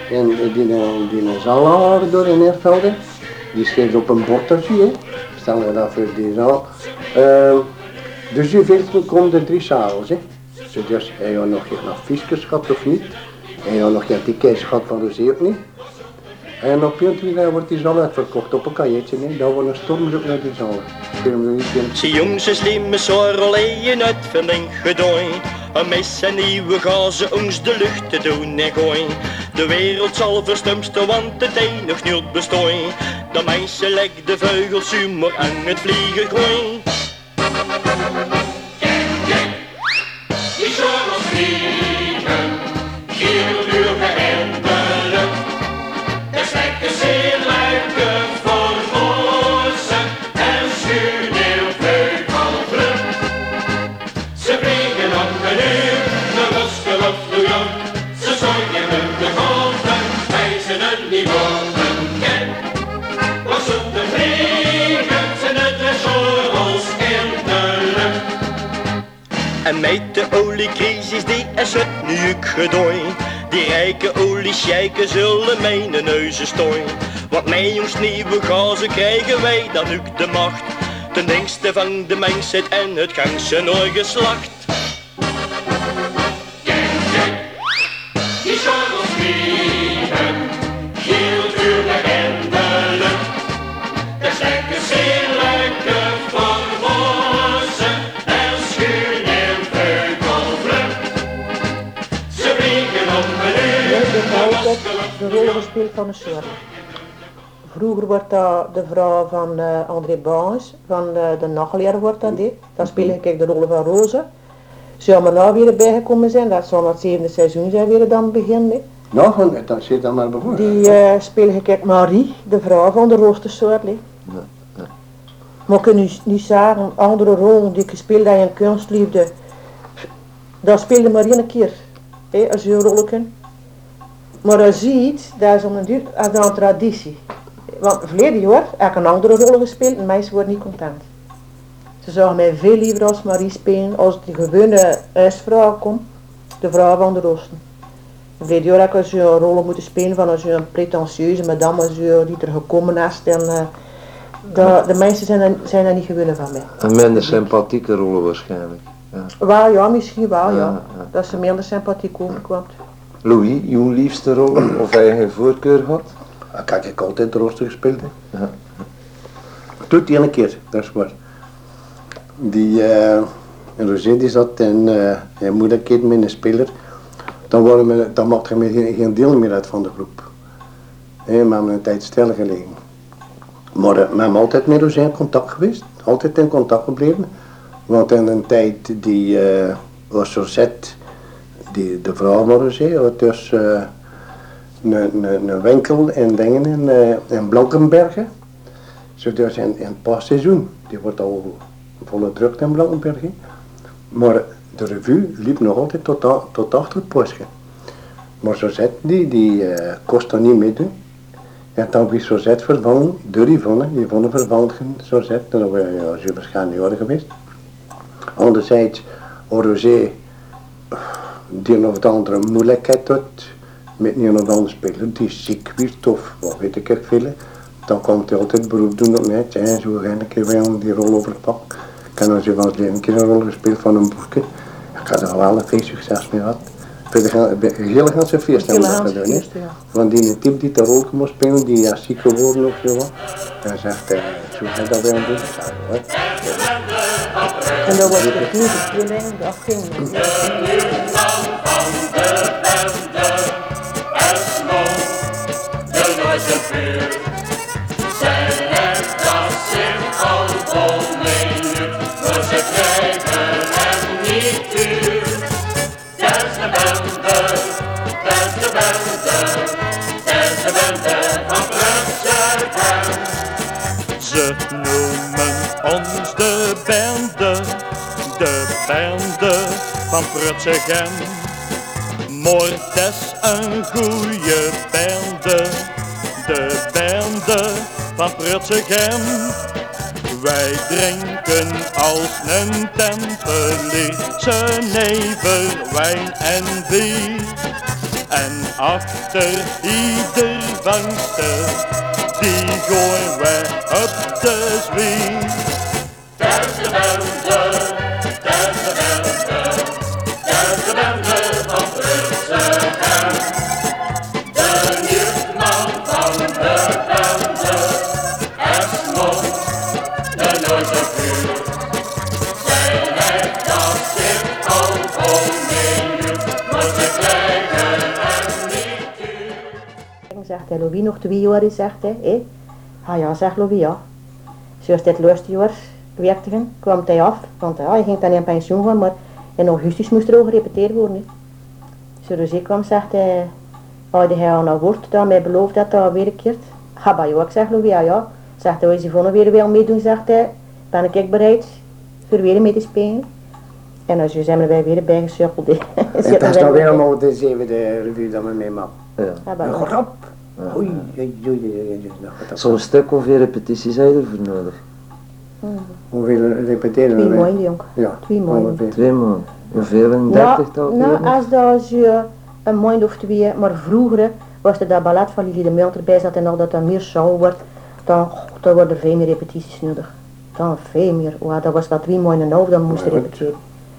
[SPEAKER 4] En die, die zaalhanger door in Eervelde, die schreef op een bordje, hè. Stel je dat voor die zaal. Uh, dus je veertien komt er drie s'avonds, hè. Dus hij had nog geen fiskes gehad of niet. Hij had nog geen tickets gehad van de zee ook niet. En op een wordt die zaal uitverkocht op een kajuitje, hè. Dat wordt een stormzoek naar die zaal.
[SPEAKER 10] Zie jongens, is slimme zorreleien uit van een gedooi. Een mes en nieuwe gazen ons de lucht te doen en gooien. De wereld zal verstumsten, want het enig niet bestooien. De meisje legt de vleugels humor aan het vliegen gooien.
[SPEAKER 6] Die zorgels vliegen, heel uur geëndelijk. De stekken zeer luiken voor rozen en schuur heel veugelvlug. Ze vliegen op een uur naar Moskou of New York. Ze zorgen met de golven, wijzen een niveau een ken. Want zonder vliegen zijn het de zorgels in de lucht.
[SPEAKER 10] En met de oliecrisis die is het nu gedooi. Die rijke oliesjeiken zullen mijn neuzen stooien. Want met ons nieuwe gazen krijgen wij dan ook de macht. Ten dienste van de mensheid en het ganse geslacht.
[SPEAKER 6] Die zorgels vliegen, heel het uur geëndelijk. De stekken zeer luiken voor rozen en schuur in veugelvlug. Ze vliegen op een uur.
[SPEAKER 3] Ik heb altijd de rol gespeeld van een soort. Vroeger wordt dat de vrouw van uh, André Baans, van uh, de nachtleer wordt dat dit. Dan speel ik de rol van Roze. Zou me nou weer bijgekomen zijn, dat zal het zevende seizoen zijn weer dan beginnen.
[SPEAKER 4] Nou, dat zit dan maar bijvoorbeeld.
[SPEAKER 3] Die uh, speel ik Marie, de vrouw van de roostersoort. Ja,
[SPEAKER 2] ja.
[SPEAKER 3] Maar ik kan nu, nu zeggen, een andere rol die ik gespeeld heb in Kunstliefde, dat speelde maar één keer, hè, als je een rolletje. Maar je ziet, dat is om een duur, als een traditie. Want verleden jaar heb ik een andere rol gespeeld en mensen worden niet content. Ze zagen mij veel liever als Marie spelen als die gewone huisvrouw komt, de vrouw van de roosten. Verleden jaar heb ik als een rol moeten spelen van als een pretentieuze madame als je die er gekomen is. En, uh, de, de mensen zijn er, zijn er niet gewend van mij.
[SPEAKER 2] Een minder sympathieke rollen waarschijnlijk. Ja.
[SPEAKER 3] Wel ja, misschien wel ja.
[SPEAKER 2] Ja, ja.
[SPEAKER 3] Dat ze minder sympathiek overkwam.
[SPEAKER 2] Louis, jouw liefste rollen, of hij geen voorkeur had?
[SPEAKER 4] Dat heb ik altijd de rooster gespeeld. Hè.
[SPEAKER 2] Ja.
[SPEAKER 4] Tot die ene keer, dat is waar. Die uh, Roger die zat in uh, moeilijkheid met een speler. Dan, waren we, dan maakte hij geen, geen deel meer uit van de groep. He, we hebben een tijd stil gelegen. Maar uh, we hebben altijd met Roger in contact geweest. Altijd in contact gebleven. Want in een tijd die uh, was Rosette, die de vrouw van Roger, had dus uh, een, een, een winkel in dingen in, uh, in Blankenbergen. Zo dus in, in het paasseizoen. Die wordt al volle drukte in Blankenbergen. Maar de revue liep nog altijd tot, a, tot achter het postje. Maar Josette, die, die uh, kost er niet meedoen. En dan werd Josette vervangen door Yvonne. Yvonne vervangt Josette, dat was ja, ze waarschijnlijk jaren geweest. Anderzijds, Roger, die nog de andere moeilijkheid had met een of andere speler die ziek werd of wat weet ik er veel. Dan komt hij altijd beroep doen op mij. En zo ga ik een keer wel die rol overpakken. Ik heb nog wel eens een keer een rol gespeeld van een boekje. Ik had er wel veel succes mee gehad. Een hele ganse feest hebben we dat gedaan. Feest, ja. Want die type die de rol moest spelen, die is ziek geworden of zo. En zegt hij, zo ga je dat wel doen.
[SPEAKER 3] En dan wordt het niet de trilling, dat ging niet.
[SPEAKER 10] Ze noemen ons de bende, de bende van Prutsegem. Maar het is een goeie bende, de bende van Prutsegem. Wij drinken als een tempelier, Genever, wijn en bier.
[SPEAKER 11] En achter ieder venster, die gooien wij op de zwier.
[SPEAKER 6] Thuis de bende, thuis de bende, thuis de bende van Prutsegem. De nieuwsman van de bende, Esmond, de nooit op vuur. Zij heeft dat zit al onmeeën, moet ze krijgen en niet duur.
[SPEAKER 3] Zegt hij, Louis nog twee jaar, zegt hij. Hé? Ah ja, zegt Louis, ja. Zoals dit laatste jaar werkte hij, kwam hij af, want ja, hij ging dan in pensioen gaan, maar in augustus moest er ook gerepeteerd worden. Zoals ik kwam, zegt hij, had hij al een woord dat mij beloofd dat dat weer een keer. Ga bij jou ook, zegt Louis, ja ja. Zegt hij, als je Yvonne weer wil meedoen, zegt hij, ben ik bereid voor weer mee te spelen. En als je zijn wij weer bijgesukkeld.
[SPEAKER 4] En dat is dan weer allemaal de zevende revue dat we mee maken.
[SPEAKER 2] Ja.
[SPEAKER 3] Ja,
[SPEAKER 4] Een grap. Oei, oei, oei, oei, oei.
[SPEAKER 2] Zo'n stuk hoeveel repetities heb je ervoor nodig?
[SPEAKER 3] Hmm.
[SPEAKER 4] Hoeveel repeteren we?
[SPEAKER 3] Twee maanden, jong.
[SPEAKER 4] Ja,
[SPEAKER 3] Twee maanden.
[SPEAKER 4] ongeveer.
[SPEAKER 2] Twee maanden. Hoeveel? Een dertigtal keer?
[SPEAKER 3] Nou, als dat je een maand of twee, maar vroeger was er dat ballet van Lili de Munt erbij zat en nog dat dat meer show wordt, dan, dan worden er veel meer repetities nodig. Dan veel meer. Oh, dat was dat twee maanden en een half, dan moest je repeteren.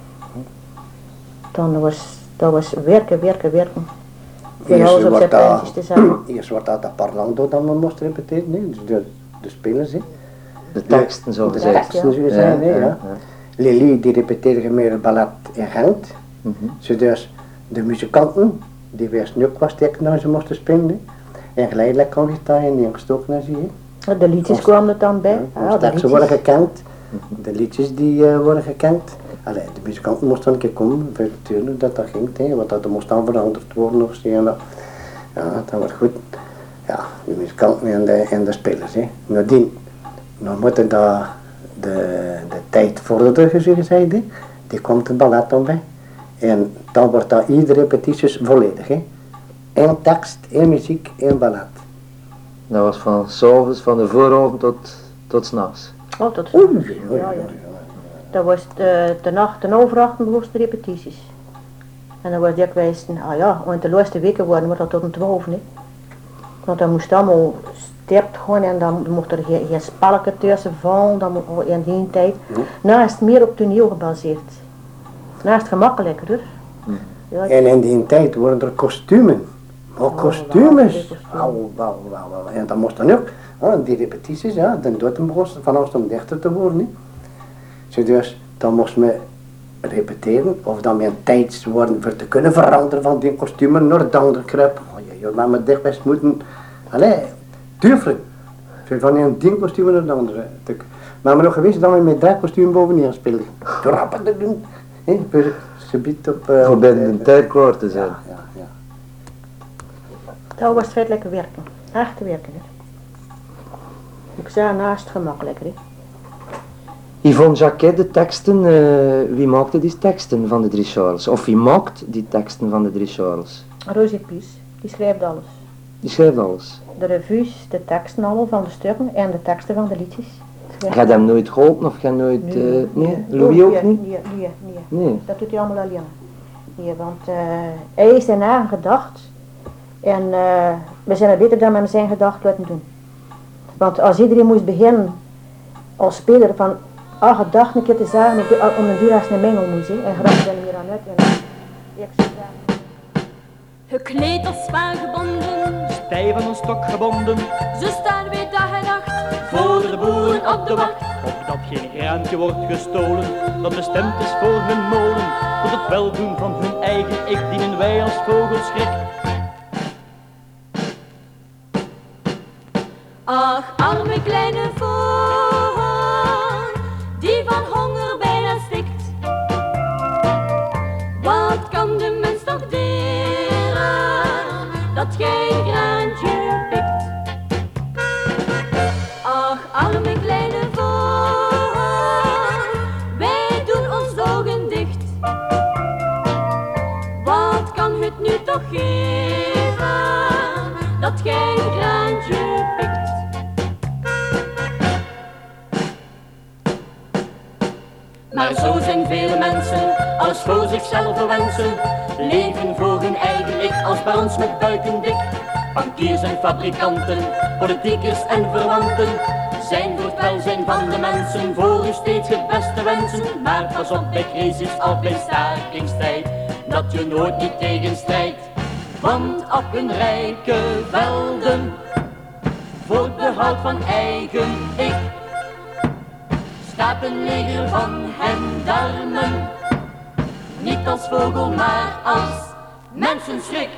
[SPEAKER 3] Dan was dat was werken, werken, werken.
[SPEAKER 4] Eerst
[SPEAKER 3] Alles op zijn
[SPEAKER 4] wordt dat,
[SPEAKER 3] puntjes te zetten.
[SPEAKER 4] eerst wordt dat de parlando dat we moesten repeteren, nee, dus de, de spelers, hè.
[SPEAKER 2] De teksten zo
[SPEAKER 4] De
[SPEAKER 2] gezegd.
[SPEAKER 4] teksten zo zijn, hè, ja. Lili die repeteerde meer ballet in Gent,
[SPEAKER 2] Mhm.
[SPEAKER 4] zodat de muzikanten, die wisten ook wat teksten dat ze moesten spelen, hè. En geleidelijk kan je staan en ingestoken naar zie je.
[SPEAKER 3] De liedjes kwamen er dan bij.
[SPEAKER 4] Ja,
[SPEAKER 3] Ja,
[SPEAKER 4] de
[SPEAKER 3] de
[SPEAKER 4] teksten worden
[SPEAKER 3] liedjes.
[SPEAKER 4] gekend, de liedjes die uh, worden gekend. Allee, de muzikanten moesten een keer komen, voor natuurlijk dat dat ging, hè, want dat moest dan veranderd worden of zo. En dat, ja, dat was goed. Ja, de muzikanten en de, en de spelers. Hè. Nadien, dan moeten dat de, de tijd vorderen, zoals hij zei, die komt het ballet dan bij. En dan wordt dat iedere repetities volledig. Hè. Eén tekst, één muziek, één ballet.
[SPEAKER 2] Dat was van 's avonds, van de vooravond tot, tot 's nachts.
[SPEAKER 3] Oh, tot
[SPEAKER 4] Oei,
[SPEAKER 3] zo.
[SPEAKER 4] oei, oei,
[SPEAKER 3] Ja, ja.
[SPEAKER 4] oei.
[SPEAKER 3] Dat was de, de nacht, de overnachten moesten de repetities. En dan was dikwijls, ah ja, want de laatste weken worden wordt dat tot een twaalf, hè. Want dan moest allemaal sterk gaan en dan mocht er geen, geen spelken tussen vallen, dan moet in die tijd. Nou is het meer op toneel gebaseerd. Nou is het gemakkelijker, hoor. Ja,
[SPEAKER 4] En in die tijd worden er kostumen. Maar
[SPEAKER 3] Oh,
[SPEAKER 4] kostumes.
[SPEAKER 3] wauw, die
[SPEAKER 4] Wauw, wauw, wauw, wauw. En dat moest dan ook. Ja, die repetities, ja, dan doet hem begon vanaf om dichter te worden. Hè. Zo dus, dan moest men repeteren of dan men tijds worden voor te kunnen veranderen van die kostumen naar de andere kruip. Oh ja, joh, maar met dichtbest moeten, allee, duiveren. Zo van een ding kostuum naar de andere. Maar we nog geweest dat we met drie kostuum bovenin speelden. Rappen te doen. Hè, voor subiet op... Uh,
[SPEAKER 2] Voor binnen een tijd klaar te zijn.
[SPEAKER 4] Ja, ja, ja.
[SPEAKER 3] dat was feitelijk werken. Echt werken, hè. Ik zei, naast het gemakkelijker, hè.
[SPEAKER 2] Yvonne Jacquet, de teksten, uh, wie maakte die teksten van de drie Charles? Of wie maakt die teksten van de drie Charles?
[SPEAKER 3] Rosie Pies, die schrijft alles.
[SPEAKER 2] Die schrijft alles.
[SPEAKER 3] De revues, de teksten allemaal van de stukken en de teksten van de liedjes.
[SPEAKER 2] Ga je hem nooit geholpen of ga je nooit...
[SPEAKER 3] Nee,
[SPEAKER 2] Uh, nee? Louis
[SPEAKER 3] Oh,
[SPEAKER 2] ook
[SPEAKER 3] nee,
[SPEAKER 2] niet?
[SPEAKER 3] Nee, nee, nee.
[SPEAKER 2] Nee.
[SPEAKER 3] Dat doet hij allemaal alleen. Nee, want uh, hij is zijn eigen gedacht en uh, we zijn het beter dan met zijn gedacht laten doen. Want als iedereen moest beginnen als speler van ah, gedacht een keer te zeggen om een duur als een mengel moest, hè, en graag dan hier aan uit en ik zou zeggen.
[SPEAKER 12] Gekleed als zwaan gebonden,
[SPEAKER 11] Stijf aan een stok gebonden,
[SPEAKER 12] zo staan wij dag en nacht
[SPEAKER 11] voor de boeren op de wacht. Opdat geen graantje wordt gestolen, dat bestemd is voor hun molen. Tot het weldoen van hun eigen ik dienen wij als vogelschrik.
[SPEAKER 12] Ach, arme kleine vogel, die van honger bijna stikt. Wat kan de mens toch deren, dat gij een graantje pikt? Ach, arme kleine vogel, wij doen ons ogen dicht. Wat kan het nu toch geven, dat gij een graantje pikt? Maar zo zijn vele mensen, als voor zichzelf wensen,
[SPEAKER 11] leven voor hun eigen ik als barons met buiken dik. Bankiers en fabrikanten, politiekers en verwanten zijn voor het welzijn van de mensen, voor u steeds het beste wensen. Maar pas op bij crisis of bij stakingstijd, dat je nooit niet tegenstrijdt. Want op hun rijke velden, voor het behoud van eigen ik, staat een leger van gendarmen, niet als vogel maar als mensenschrik.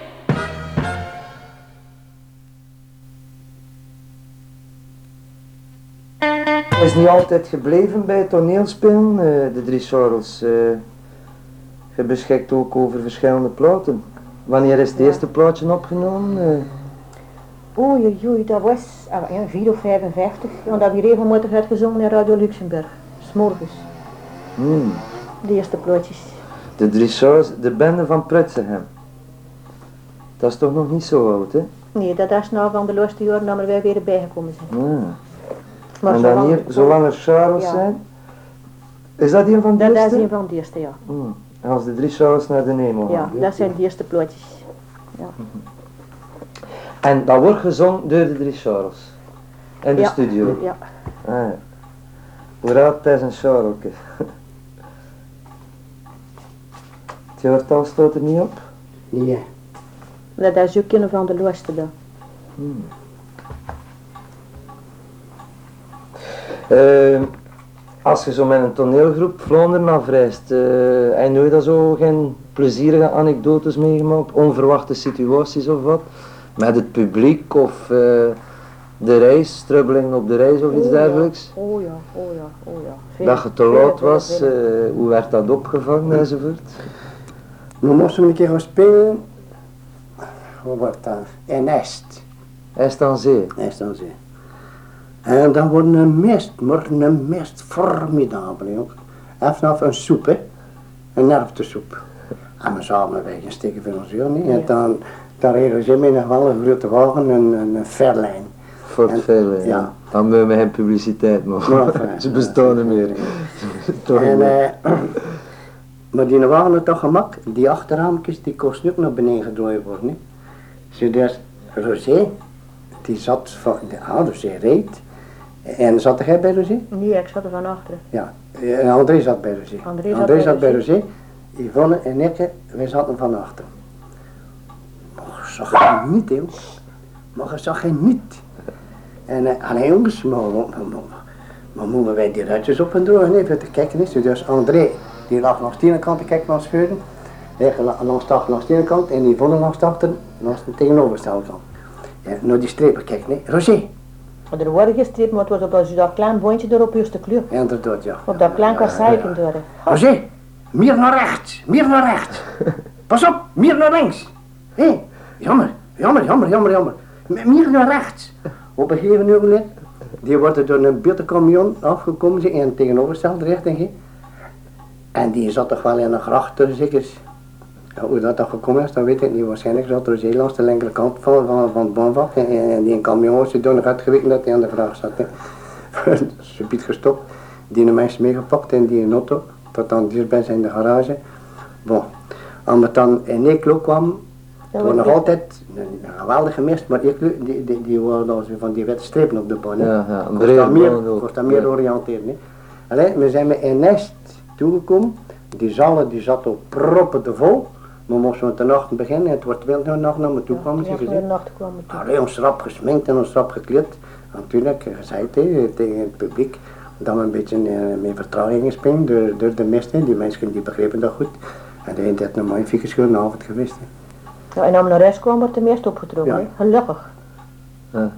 [SPEAKER 2] Hij is niet altijd gebleven bij toneelspelen, uh, de drie Charles. Uh, je beschikt ook over verschillende platen. Wanneer is het ja. eerste plaatje opgenomen? Uh?
[SPEAKER 3] Oei, oei, oei, dat was ah, ja, vier of vijfenvijftig, want dat we regelmatig uitgezongen in Radio Luxemburg, 's morgens.
[SPEAKER 2] Hmm.
[SPEAKER 3] De eerste plaatjes.
[SPEAKER 2] De drie Charles, de bende van Prutsegem. Dat is toch nog niet zo oud, hè?
[SPEAKER 3] Nee, dat is nou van de laatste jaren dat wij weer bijgekomen zijn.
[SPEAKER 2] Ah.
[SPEAKER 3] Maar
[SPEAKER 2] en dan hier, zolang er Charles ja. zijn, is dat een van de
[SPEAKER 3] dat
[SPEAKER 2] eerste?
[SPEAKER 3] Dat is een van de eerste, ja.
[SPEAKER 2] Hmm. En als de drie Charles naar de Nemo gaan.
[SPEAKER 3] Ja, dat zijn de eerste plaatjes. Ja.
[SPEAKER 2] En dat wordt gezongen door de drie Charles? In de
[SPEAKER 3] ja.
[SPEAKER 2] studio?
[SPEAKER 3] Ja.
[SPEAKER 2] Ah, ja. Hoe raad is een Charlesje? Het jaartal staat er niet op?
[SPEAKER 4] Nee.
[SPEAKER 3] Dat is ook een van de laatste dan.
[SPEAKER 2] Hmm. Uh, als je zo met een toneelgroep Vlaanderen afreist, uh, heb je nooit dat zo geen plezierige anekdotes meegemaakt, onverwachte situaties of wat? Met het publiek of uh, de reis, strubbeling op de reis of iets
[SPEAKER 3] oh,
[SPEAKER 2] dergelijks?
[SPEAKER 3] Ja. Oh ja, oh ja, oh ja. Veel,
[SPEAKER 2] dat je te laat was, uh, hoe werd dat opgevangen enzovoort?
[SPEAKER 4] We moesten een keer gaan spelen, hoe wordt dat? In Est.
[SPEAKER 2] Est aan Zee?
[SPEAKER 4] Est aan Zee. En dan wordt een mist, wordt een mist formidabel, joh. Even af een soep, hè. Een erwtensoep. En we samen wij gaan steken van ons uur, niet. En dan, dan reden ze mee nog wel een grote wagen, een, een Fairlane.
[SPEAKER 2] Ford Fairlane, ja. Dan moeten we geen publiciteit maken. Maar, ze bestaan niet meer.
[SPEAKER 4] En, uh, maar die wagen had toch gemak, die achterraampjes, die kosten ook naar beneden gedraaid worden, niet. Zodat Rosé, die zat van, ja, Rosé reed. En zat jij bij Rosé?
[SPEAKER 3] Nee, ik zat er van achteren.
[SPEAKER 4] Ja, en André zat bij Rosé.
[SPEAKER 3] André zat,
[SPEAKER 4] André
[SPEAKER 3] bij,
[SPEAKER 4] zat bij
[SPEAKER 3] Rosé.
[SPEAKER 4] Rosé. Yvonne en ik, wij zaten van achter. Maar je zag hij niet, joh. Maar je zag hij niet. En uh, alleen jongens, maar, maar, maar, maar moeten wij die ruitjes op en door, even te kijken is. Dus André, die lag langs de ene kant te kijken naar scheuren. Ik langs de achter langs de ene kant en Yvonne langs de achter langs de tegenovergestelde kant. Ja, naar die strepen kijken, nee. Rosé.
[SPEAKER 3] Maar er waren gestreept, maar het was op dat, dat klein boontje door op eerste kleur.
[SPEAKER 4] Ja, inderdaad, ja.
[SPEAKER 3] Op dat klein kasseiken door.
[SPEAKER 4] Rosé, meer naar rechts, meer naar rechts. Pas op, meer naar links. Hé, hey, jammer, jammer, jammer, jammer, jammer. Meer naar rechts. Op een gegeven ogenblik, die wordt door een bittercamion afgekomen in een tegenovergestelde richting. En die zat toch wel in een gracht tussen zeker. Ja, hoe dat, dat gekomen is, dat weet ik niet. Waarschijnlijk zat er zee langs de linkerkant van, van, van het baanvak en, en die een camion was er nog uitgeweken dat hij aan de vraag zat. Ze biedt gestopt, die een meisje meegepakt en die een auto, tot dan dichtbij zijn in de garage. Bon, als het dan in Eeklo kwam, het was nog altijd een, een geweldige mist, maar Eeklo, die, die, die waren van die witte strepen op de baan.
[SPEAKER 2] Ja, ja, een
[SPEAKER 4] kost dat meer,
[SPEAKER 2] baan
[SPEAKER 4] kost dat meer ja. oriënteren. He. Allee, we zijn met een nest toegekomen, die zaal die zat op proppen te vol. We moesten met de nacht beginnen en het wordt wel de nacht naar me toe kwamen.
[SPEAKER 3] Ja, de nacht kwamen toe.
[SPEAKER 4] Allee, ons rap gesminkt en ons rap gekleed. Natuurlijk, gezegd he, tegen het publiek dat we een beetje uh, met vertraging springen door, door de mist. He. Die mensen die begrepen dat goed. En de heeft een mooie figuurschone avond geweest. He.
[SPEAKER 3] Ja, en als we naar huis kwamen wordt de meest opgetrokken, ja. Gelukkig.
[SPEAKER 2] Ja,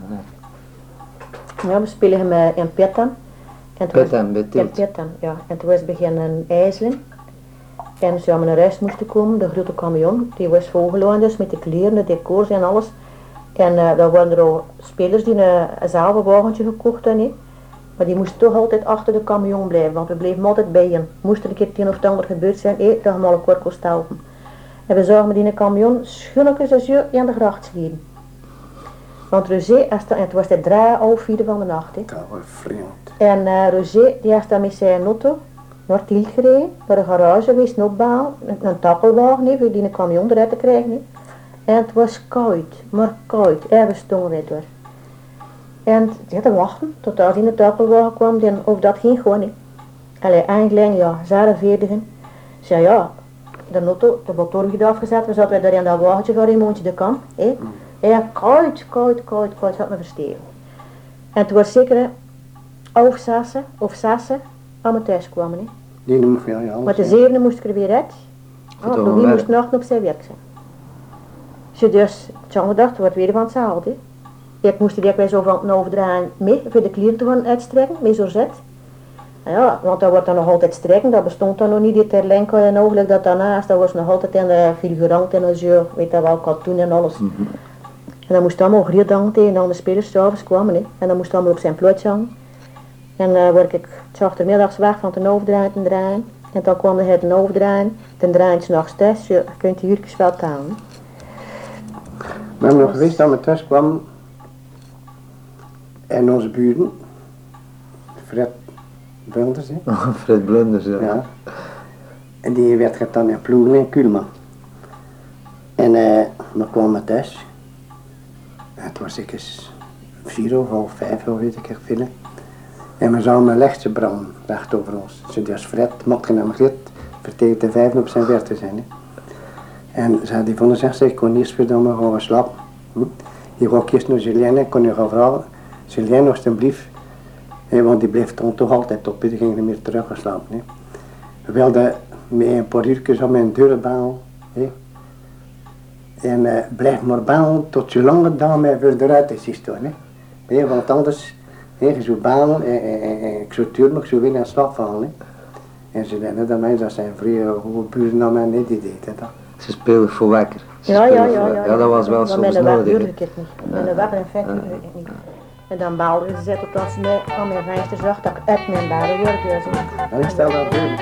[SPEAKER 3] ja. Ja, we spelen hem in Petten.
[SPEAKER 2] Petten, bij Tielt.
[SPEAKER 3] In Petten, ja. En toen was beginnen ijzelen. En als we naar huis moesten komen, de grote camion, die was volgeladen dus met de kleren, de decors en alles. En uh, dan waren er al spelers die een, een zaalwagentje gekocht hadden. He. Maar die moesten toch altijd achter de camion blijven, want we bleven altijd bij hem. Moest er een keer het een of het ander gebeurd zijn, hé, dan gaan we al een kort kost helpen. En we zagen met die camion schunnetjes als je in de gracht schieten. Want Rosé, en het was de drie, half vier van de nacht. He.
[SPEAKER 4] Dat was vreemd.
[SPEAKER 3] En uh, Rosé, die heeft dan met zijn auto naar Tielt gereden, naar de garage geweest, een opbouw, een, een takkelwagen, nee, voor die een camion eruit te krijgen. Nee. En het was koud, maar koud, ergens stonden wij door. En ja, te wachten, tot als in de takkelwagen kwam, dan, of dat ging gewoon niet. Allee, eigenlijk, ja, zevenveertigen. Zei ja, de auto, de motor had afgezet, we zaten daar in dat wagentje van Raymondje de Kamp. Hè. Ja, koud, koud, koud, koud, had me verstegen. En het was zeker of zessen, of zessen, aan me thuis kwamen. Hè.
[SPEAKER 4] Die noem ik, ja, ja.
[SPEAKER 3] Maar de zevende moest ik er weer uit.
[SPEAKER 2] Goed,
[SPEAKER 3] Oh,
[SPEAKER 2] dan
[SPEAKER 3] Louis
[SPEAKER 2] werk.
[SPEAKER 3] moest nacht op zijn werk zijn. Ze dus, het zondag het wordt weer van hetzelfde. Ik moest die weer zo van een overdragen mee, voor de klier te gaan uitstrekken, met zo'n zet. Ja, want dat wordt dan nog altijd strekken, dat bestond dan nog niet, die terlenken en ogelijk dat daarnaast, dat was nog altijd in de figurant en zo, weet dat wel, katoen en alles.
[SPEAKER 2] Mm-hmm.
[SPEAKER 3] En dan moest allemaal griet hangen tegen dan de spelers s'avonds kwamen, hè. En dan moest allemaal op zijn plotje hangen. En dan uh, word ik zaterdagmiddags weg van ten overdraaien te draaien. En dan kwam hij ten overdraaien, ten draaien 's nachts thuis, je kunt die uurtjes wel taan.
[SPEAKER 4] We hebben nog geweest dat we thuis kwamen en onze buren, Fred Blunders, hè.
[SPEAKER 2] Fred Blunders, ja.
[SPEAKER 4] Ja. En die werd gedaan in Ploegen en Kuhlman. En uh, we kwamen thuis. En het was zeker vier of half vijf, of weet ik echt veel. En we zagen een lichtje branden recht over ons. Dus die was Fred, mocht je hem grit, vertelde de vijf op zijn werk te zijn. Hè. En ze die vonden zich, ik kon eerst weer dan maar gaan slapen. Hm? Die ging eerst naar Julien, ik kon je gaan vragen, Julien alstublieft, hè, want die bleef dan toch altijd op, die ging niet meer terug gaan slapen. Hè. We wilden met een paar uurtjes aan mijn deur bellen. Hè. En uh, blijf maar bellen tot je lange dame weer eruit is gestaan. Hè. Hè, want anders, hè, je zou bellen en, en, en, en ik zou tuurlijk, ik zou weer naar slaap vallen. Hè. En ze zeiden dat mij, dat zijn vrije buren naar mij niet die deed. Hè, dat.
[SPEAKER 2] Ze speelden voor wekker. Ze
[SPEAKER 3] Ja, ja,
[SPEAKER 2] speelden
[SPEAKER 3] ja,
[SPEAKER 2] voor
[SPEAKER 3] ja,
[SPEAKER 2] wekker. Ja, dat was wel
[SPEAKER 3] maar
[SPEAKER 2] soms
[SPEAKER 3] met een weg
[SPEAKER 2] nodig.
[SPEAKER 3] durfde
[SPEAKER 2] hè.
[SPEAKER 3] ik het niet. Met een weg in feite durfde ik het niet. En dan baalde ze zet op dat ze mij aan mijn venster zag dat ik uit mijn baden word. Dus.
[SPEAKER 4] En ik stel dat voor.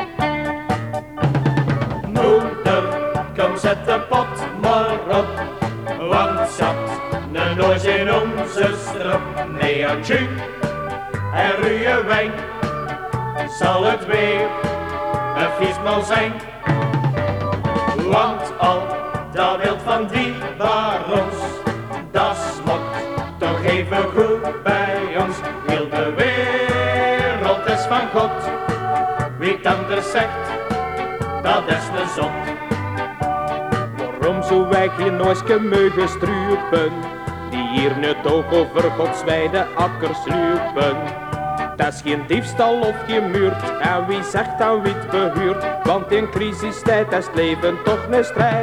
[SPEAKER 6] Moeder, kom zet de pot maar op, want zat een noos in onze strop. Nee, adju, en ruwe wijn, zal het weer een viesmal zijn. Want al dat wild van die barons, dat smokt toch even goed bij ons. Heel de wereld is van God, wie het anders zegt, dat is een zot.
[SPEAKER 7] Waarom zou wij geen nooske meugen struipen, die hier nu toch over Gods wijde akkers sluipen? Dat is geen diefstal of geen muurt, en wie zegt dan wie het behuurt, want in crisistijd is het leven toch een strijd.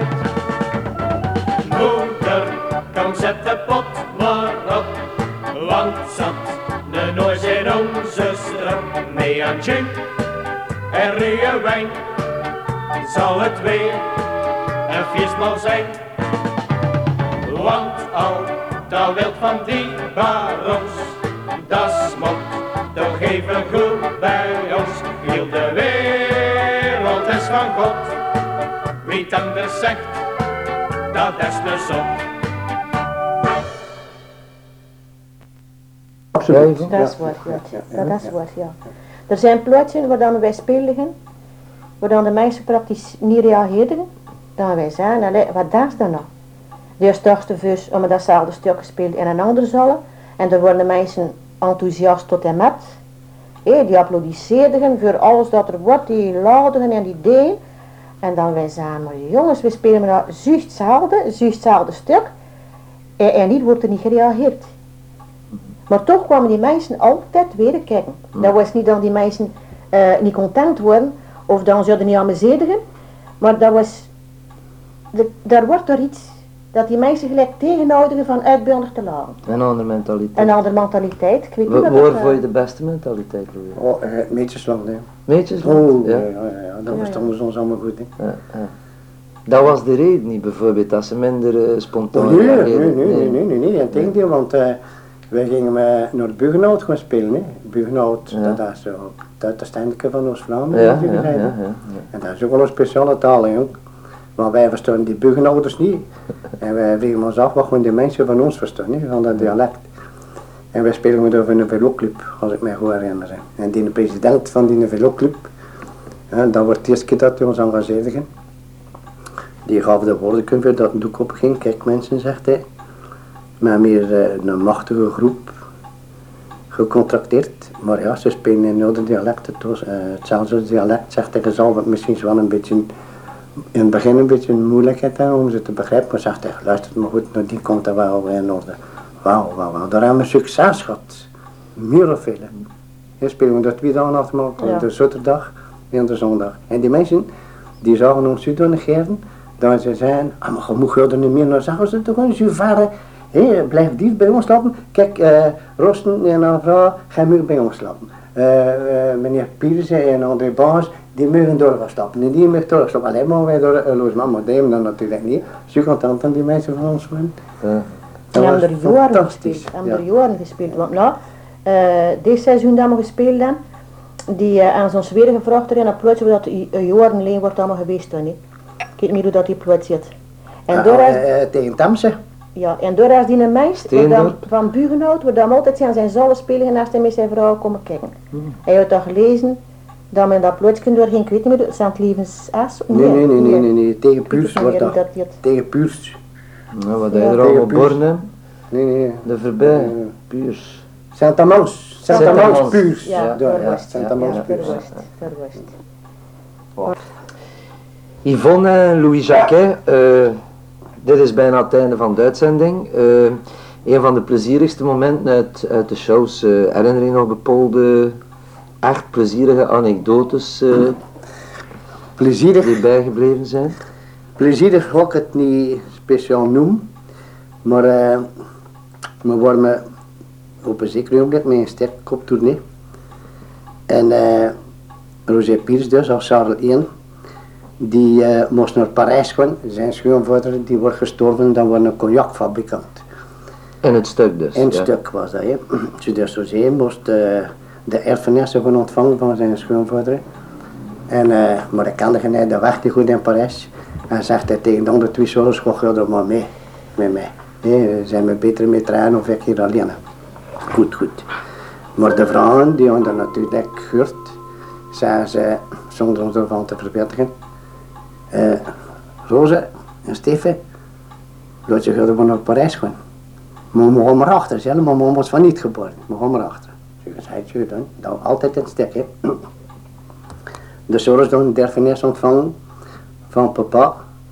[SPEAKER 6] Moeder, kom zet de pot maar op, want zat de noos in onze strop. Nee, adju, en ruwe wijn, zal het weer een feestmaal zijn. Want al dat wild van die barons, dat smokt toch even goed bij ons. Heel de wereld is van God, wie het anders zegt, dat is de zot.
[SPEAKER 4] Absoluut.
[SPEAKER 3] Dat is waar, ja. Dat is waar, ja. Er zijn plotsen waar dan wij spelen, waar dan de mensen praktisch niet reageerden. Dan wij zeiden, allee, wat is dat nou? De eerste vers om datzelfde stuk gespeeld in een andere zaal. En daar worden de mensen enthousiast tot en met. Hey, die applaudisseerden voor alles dat er wordt, die laden en die deden. En dan wij zeiden, maar jongens, we spelen maar nou juist hetzelfde, juist hetzelfde stuk. En, en niet wordt er niet gereageerd. Maar toch kwamen die mensen altijd weer kijken. Dat was niet dat die mensen uh, niet content worden, of dan ze niet amuseerden. Maar dat was, de, daar wordt er iets, dat die mensen gelijk tegenhouden van uitbeeldig te laten.
[SPEAKER 2] Een andere mentaliteit.
[SPEAKER 3] Een andere mentaliteit, ik weet niet
[SPEAKER 2] Wa-
[SPEAKER 3] wat
[SPEAKER 2] Waar
[SPEAKER 3] dat, uh,
[SPEAKER 2] vond je de beste mentaliteit? Louis?
[SPEAKER 4] Oh, uh, meetjesland, hè.
[SPEAKER 2] Meetjesland?
[SPEAKER 4] Oh,
[SPEAKER 2] Ja.
[SPEAKER 4] ja, ja, ja, dat
[SPEAKER 3] Ja,
[SPEAKER 4] was
[SPEAKER 3] ja.
[SPEAKER 4] dan ons allemaal goed, hè.
[SPEAKER 2] Ja, ja. Dat was de reden niet bijvoorbeeld, dat ze minder uh, spontaan
[SPEAKER 4] Oh, nee, nee,
[SPEAKER 2] reageerden.
[SPEAKER 4] nee, nee, nee, nee, nee, integendeel, want uh, wij gingen uh, naar Buggenhout gaan spelen, hè. Buggenhout,
[SPEAKER 2] Ja.
[SPEAKER 4] dat is zo het uiteindelijke van Oost-Vlaanderen,
[SPEAKER 2] Ja,
[SPEAKER 4] moet je
[SPEAKER 2] ja, ja,
[SPEAKER 4] zeggen.
[SPEAKER 2] ja, ja.
[SPEAKER 4] En dat is ook wel een speciale taal, hè, ook. Maar wij verstaan die Buggenhouters niet. En wij vregen ons af wat gewoon die mensen van ons verstaan, hè, van dat dialect. En wij spelen met over een veloclub, als ik mij goed herinner. Hè. En die president van die veloclub, En dat wordt het eerste keer dat hij ons engageerde. Die gaf de woorden voor dat een doek opging. Kijk mensen, zegt hij, met meer uh, een machtige groep gecontracteerd. Maar ja, ze spelen in andere dialecten. Dus, uh, hetzelfde dialect, zegt hij, zal het misschien wel een beetje, in het begin een beetje een moeilijkheid hebben om ze te begrijpen. Maar zegt hij, luister maar goed, nou, die komt er wel in orde. Wauw, wauw, wauw. Daar hebben we succes gehad. Meer of veel. Hier spelen we dat twee dagen achter elkaar, ja. De zaterdag en de zondag. En die mensen, die zagen ons zo negeren, dat ze zeiden, ah, maar je moet er niet meer naar zeggen, ze toch eens, je vader, hey, blijf dief bij ons slapen. Kijk, uh, Rosten en een vrouw, ga je bij ons slapen. Uh, uh, meneer Piersen en André Baas, die mogen door gaan stappen. En die mogen door gaan stappen. Alleen maar wij door uh, Loos Mama, die hebben dat natuurlijk niet. Zo content aan die mensen van ons waren.
[SPEAKER 3] Ja. En hebben er jaren gespeeld, hebben er jaren gespeeld. Want nou, uh, dit seizoen dat we gespeeld hebben, die uh, aan zo'n weer gevraagd erin, dat plootje dat uh, jaren alleen wordt allemaal geweest dan niet. Ik weet niet hoe dat die ploot zit. En
[SPEAKER 4] ja,
[SPEAKER 3] door is,
[SPEAKER 4] uh, tegen Tamse.
[SPEAKER 3] Ja, en door is die een meisje dan, van Bugenhout, waar dan altijd aan zijn zalen spelen naast hij met zijn vrouw komen kijken. Hmm. Hij had dat gelezen, dat men dat plootje door geen, ik weet niet meer, Sant Levens-As?
[SPEAKER 4] Nee, nee, nee, nee, nee, nee, tegen Puurs wordt dat. dat tegen Puurs.
[SPEAKER 2] Nou, wat hij ja. er al op borden?
[SPEAKER 4] Nee, nee.
[SPEAKER 2] De voorbij, nee, nee. Puurs.
[SPEAKER 4] Saint-Amans, Saint-Amans, Puurs.
[SPEAKER 3] Ja,
[SPEAKER 4] ja, Saint-Amans, Puurs.
[SPEAKER 2] Yvonne en Louis Jacquet, uh, dit is bijna het einde van de uitzending. Uh, een van de plezierigste momenten uit, uit de shows, uh, herinner je nog bepaalde echt plezierige anekdotes uh,
[SPEAKER 4] Plezierig.
[SPEAKER 2] die bijgebleven zijn?
[SPEAKER 4] Plezierig ga ik het niet speciaal noemen, maar uh, we waren op een zeker ogenblik met een sterke koptournee. En uh, Roger Piers dus, als Charles één, die uh, moest naar Parijs gaan. Zijn schoonvader die wordt gestorven, dan was een cognacfabrikant.
[SPEAKER 2] In het stuk dus?
[SPEAKER 4] In het
[SPEAKER 2] ja.
[SPEAKER 4] stuk was dat, hè. Dus Roger moest uh, de erfenissen gaan ontvangen van zijn schoonvader. En, uh, maar hij kende geen de weg die goed in Parijs. En zegt hij tegen de andere twee zoons, ga je er maar mee, met mij. Nee, zijn we beter met trainen of ik hier alleen. Goed, goed. Maar de vrouwen, die hadden natuurlijk gehoord, zeiden ze, zonder ons ervan te verwittigen, uh, Roze en Steven, laat je gewoon naar Parijs gaan. Maar we gaan maar achter, zeg, maar we was van niet geboren, we gaan maar achter. Zeg, zei je dan, dat altijd in het stek, hè. De zoons dan de erfenis ontvangen van papa,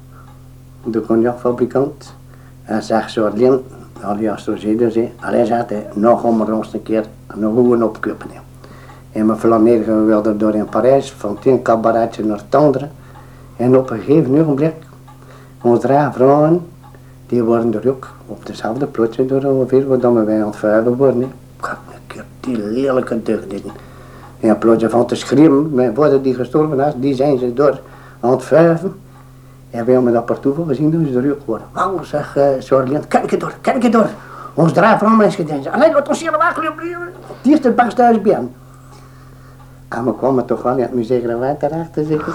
[SPEAKER 4] de cognacfabrikant, en zegt zo alleen, alias Roger dus, alleen zegt hij, nou gaan we ons een keer nog gewoon opkopen. En we flaneren wilden door in Parijs, van het een cabaretje naar het andere. En op een gegeven ogenblik, onze drie vrouwen, die worden er ook op dezelfde plotje door ongeveer, waar dan wij aan het vuiven worden. Ik had een keer die lelijke deugden. En een plotje van te schreeuwen, mijn vader die gestorven is, die zijn ze door aan het vuiven. En wij hebben dat partout van gezien, dat ze er ook worden. Wauw, zeg uh, Sorlien, kijk je door, kijk je door. Ons drie vrouwen is gedaan. Alleen wat ons hier weglopen, het eerste best thuis bij. En we kwamen toch wel in het museum terecht te zitten.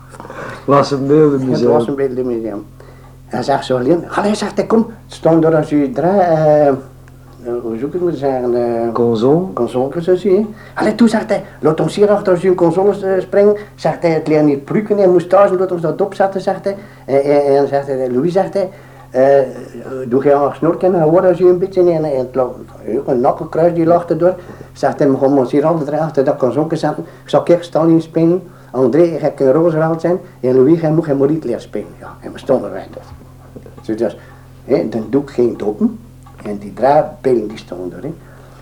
[SPEAKER 2] Was een beeldenmuseum.
[SPEAKER 4] Het was een beeldenmuseum. En zegt zo alleen, allee zegt hij, kom, stond er als u drie, uh, uh, hoe zoek ik moet zeggen, uh,
[SPEAKER 2] console,
[SPEAKER 4] console zo zie je. Allee, toen zegt hij, laat ons hier achter als u een console uh, springen, zegt hij, het leert niet pruiken en moustache, laat ons dat opzetten, zegt hij. En, en, en zegt hij, Louis zegt hij, uh, doe je aan snorken en hoor als u een beetje in, en het lag, een nakkelkruis die lag erdoor. Zegt hij, we gaan ons hier altijd achter dat console zetten, ik zal kijk Stalin spelen. André, ik heb een Roosevelt zijn en Louis, hij moet geen Maurice leren spelen. Ja, en we stonden weg dus. Dus, dus he, dan doe ik geen dopen en die draadbelen die stonden erin.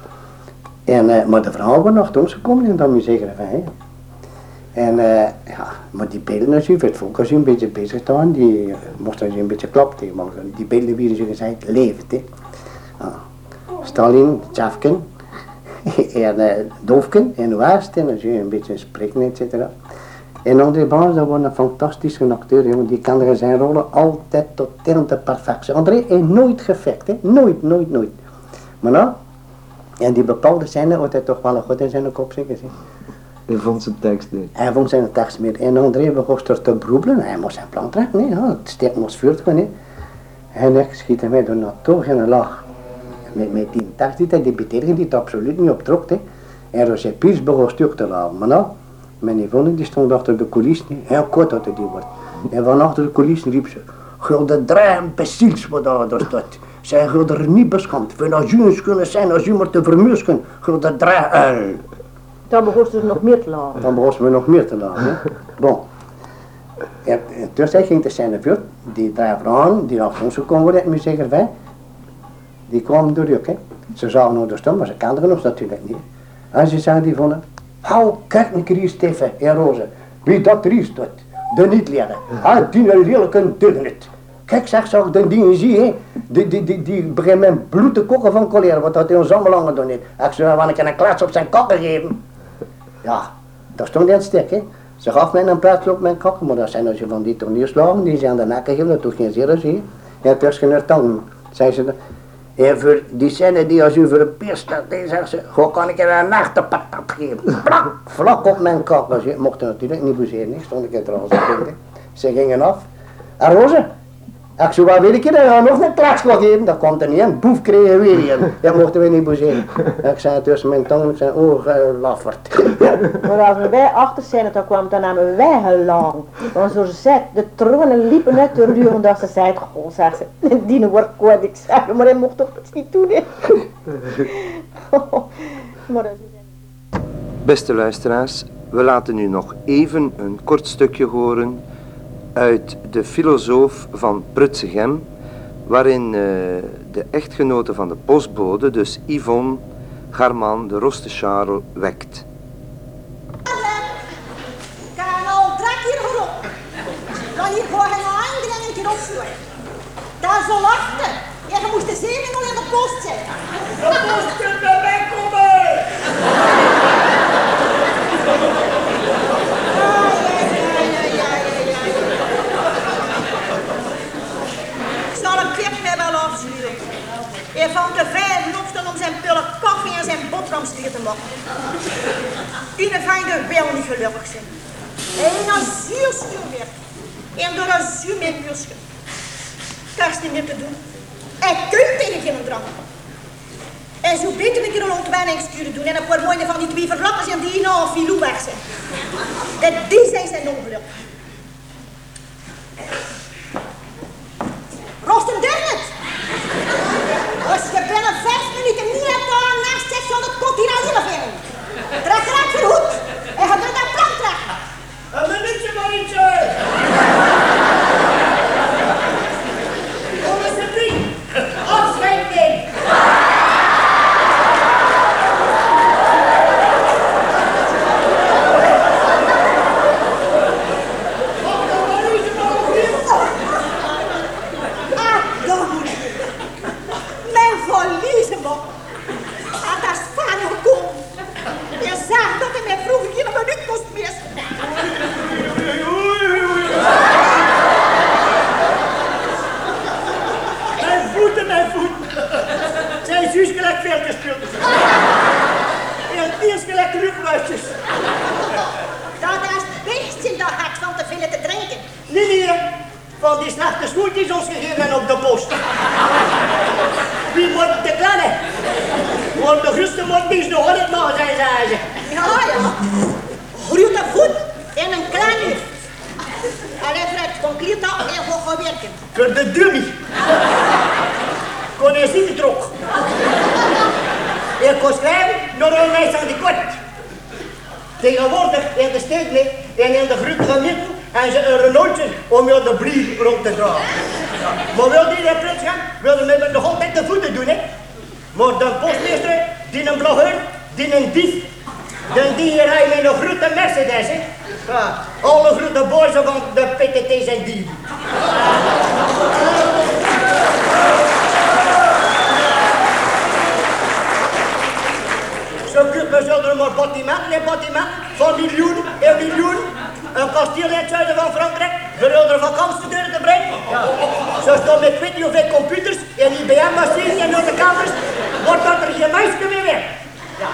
[SPEAKER 4] En, uh, maar de vrouwen waren nog ons gekomen in dat museum van hè. En uh, ja, maar die beelden als u, het volk als u een beetje bezig staan, die uh, moesten als u een beetje klapt, maar die beelden wie ze gezegd levend hè. Uh, Stalin, Tjafken en uh, Dovken en West en als u een beetje spreken et cetera. En André Baas, dat was een fantastische acteur, jongen. Die kan zijn rollen altijd tot in de perfectie. André heeft nooit gevecht, hè? Nooit, nooit, nooit. Maar nou, en die bepaalde scène had hij toch wel een goed in zijn kop zitten.
[SPEAKER 2] Hij vond zijn tekst niet.
[SPEAKER 4] Hij vond zijn tekst meer. En André begon er te broebelen, hij moest zijn plan trekken, nee, ja, het steek moest vuurt gaan. En ik schiet hem door naar toch in een lach. Met, met die tekst die hij, die betekent die het absoluut niet optrok. Hè. En Roger Piers begon stuk te laten. Maar nou, Mijn Yvonne die stond achter de coulissen, heel kort had hij die wordt. En van achter de coulissen riep ze, "Gul de drie imbeciels wat daar staat. Zij gul er niet beschaamd. Voor als u eens kunnen zijn, als u maar te vermuurs kunt, gul de drie uil."
[SPEAKER 3] Dan begon ze er nog meer te laten.
[SPEAKER 4] Dan begon ze me nog meer te laten. Hè. Bon. En, en dus hij ging te zijn vuur, die drie vrouwen die achter ons gekomen worden, moet zeggen wij, die kwamen door de hè. Ze zagen nog de stem, maar ze kenden ons natuurlijk niet. En ze zeiden die vonden, hou kijk een keer hier Steven en Roze, wie dat er is dat, de niet leren, hij die een lelijke deugniet. Kijk zeg, zag ik den dingen zie hè, die, die, die, die begint mijn bloed te koken van colère, wat dat hij ons allemaal lang gedaan heeft. Ik zou wel een klats op zijn kakken geven. Ja, daar stond hij aan het stek hè. Ze gaf mij een plaats op mijn kakken, maar dat zijn als je van die toneelslagen, die zijn aan de nek gegeven, dat doet geen zeer zie. En het is geen tang, zei ze. En voor die scène die als u verpist, die zegt ze, goh kan ik er een nachte patat geven. Plak, vlak op mijn kak. Dus je mocht er natuurlijk niet boezeren, ik stond ik er trouwens te denken. Ze gingen af. En Roze, ik zou wel weer een keer dan nog een klats geven, dat komt er niet in. Boef kregen we weer een. Dat mochten we niet boezeren. Ik zei tussen mijn tong, ik zei, oh laffert.
[SPEAKER 3] Maar als wij achter zijn, dan kwam, dan namen wij gelachen. Want zoals ze zei, de tranen liepen uit de ruren dat ze zei, goh, zei ze, die wordt kwijt. Ik zei, maar hij mocht toch iets niet doen, hè. Maar dat is...
[SPEAKER 1] Beste luisteraars, we laten u nog even een kort stukje horen uit De Filosoof van Prutzegem, waarin uh, de echtgenote van de postbode, dus Yvonne, haar man, de Roste Charles, wekt.
[SPEAKER 8] Kan al trek hier op. Dan hier gewoon geen aandring en een keer opsluiten. Dat is zo lachen. En je moest de zeven al in de post zetten.
[SPEAKER 9] De post kunt bij mij komen!
[SPEAKER 8] Hij vond de vijf loften om zijn pullen koffie en zijn boterhamsbier te maken. In de vijfde wil niet gelukkig zijn. Hij is een zuurschuw weer. En door een zuur met muurschen. Dat is niet meer te doen. Hij kunt tegen geen drank. En zo beter een keer een ontwenningskuur doen en een paar mooie van die twee verlappers en die nou een filou weg zijn. En die zijn zijn ongeluk. Rosten Dernet! Als je binnen vijf minuten niet hebt daar naast zes zal het kot hier al in vinden. Trek eruit voor hoed en ga door dat plank trekken.
[SPEAKER 9] Een minuutje maar ietsje! Kom eens een drie! Afschenking!
[SPEAKER 4] Tegenwoordig in de steegleef en in de groep van midden en ze een Renaultje om je de brief rond te dragen. Maar wil die naar Prins gaan, wil je met nog altijd de voeten doen, hè? Maar de postmeester, die een blogger, die een dief, dan die hier rijdt met een grote Mercedes, hè? Ja, alle grote boys van de P T T zijn die. Zo kunt men zullen maar bâtimenten en bâtimenten van miljoenen en miljoenen. Een kasteel in het zuiden van Frankrijk, voor de vakantie deuren te brengen. Ja. Zo staan met weet niet hoeveel computers en I B M-machines en de kamers, wordt dat er geen meisje meer weg. Ja.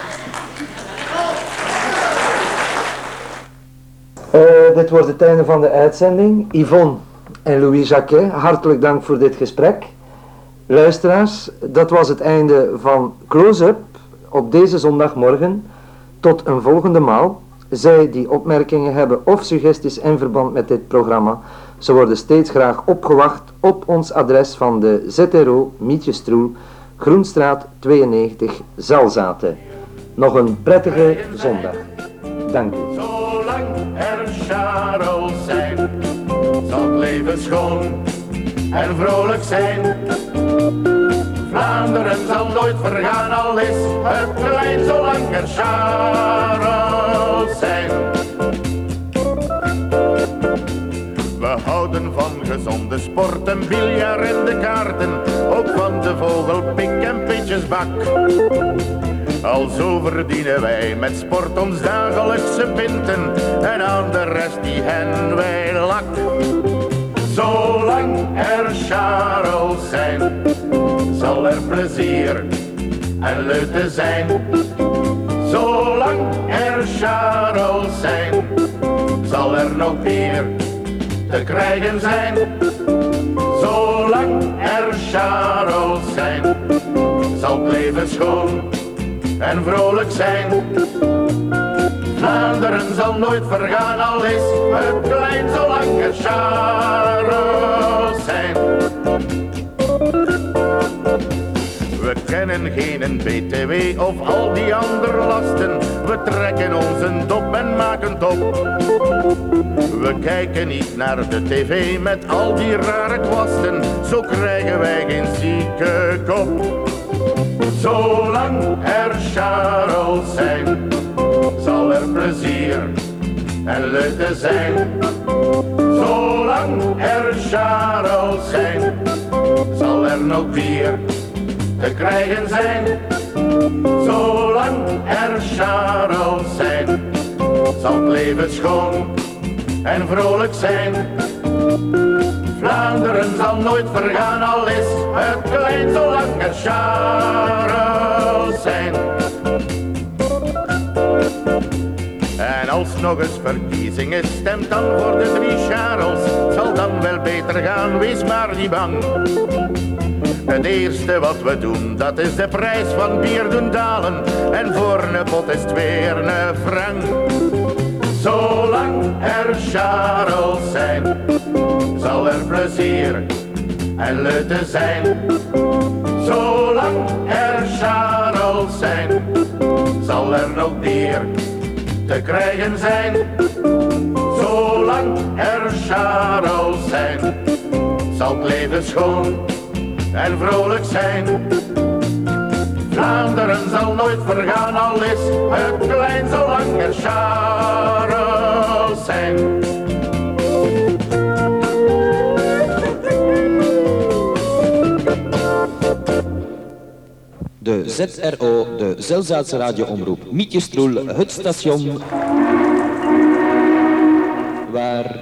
[SPEAKER 2] Uh, dit wordt het einde van de uitzending. Yvonne en Louis Jacquet, hartelijk dank voor dit gesprek. Luisteraars, dat was het einde van Close-up op deze zondagmorgen. Tot een volgende maal. zij die opmerkingen hebben of suggesties in verband met dit programma, ze worden steeds graag opgewacht op ons adres van de Z R O Mietjestroel, Groenstraat tweeënnegentig, Zalzaten. Nog een prettige zondag. Dank u.
[SPEAKER 5] Zolang er Charles zijn, zal het leven schoon en vrolijk zijn. Vlaanderen zal nooit vergaan, al is het klein, zolang er Charles zijn. We houden van gezonde sport en biljart en de kaarten, ook van de vogelpik en pitjesbak. Alzo verdienen wij met sport ons dagelijkse pinten en aan de rest die hen wij lak. Zolang er Charles zijn, zal er plezier en leute zijn. Zolang er Charles zijn, zal er nog bier te krijgen zijn. Zolang er Charles zijn, zal het leven schoon en vrolijk zijn. Vlaanderen zal nooit vergaan, al is het klein, zolang er Charles zijn. We kennen geen B T W of al die andere lasten. We trekken onze dop en maken het op. We kijken niet naar de tv met al die rare kwasten. Zo krijgen wij geen zieke kop. Zolang er Charles zijn, zal er plezier en leute zijn. Zolang er Charles zijn, zal er nog bier te krijgen zijn. Zolang er Charles zijn, zal het leven schoon en vrolijk zijn. Vlaanderen zal nooit vergaan, al is het klein, zolang er Charles zijn. En als nog eens verkiezingen stemt dan voor de drie Charles, zal dan wel beter gaan, wees maar niet bang. Het eerste wat we doen, dat is de prijs van bier doen dalen, en voor een pot is het weer een frank. Zolang er Charles zijn, zal er plezier en leute zijn. Zolang er Charles zijn, zal er nog bier te krijgen zijn. Zolang er Charles zijn, zal het leven schoon en vrolijk zijn. Vlaanderen zal nooit vergaan, al is het klein, zolang er Charles zijn.
[SPEAKER 13] De Z R O, de Zelzaatse radioomroep Mietjestroel, het station waar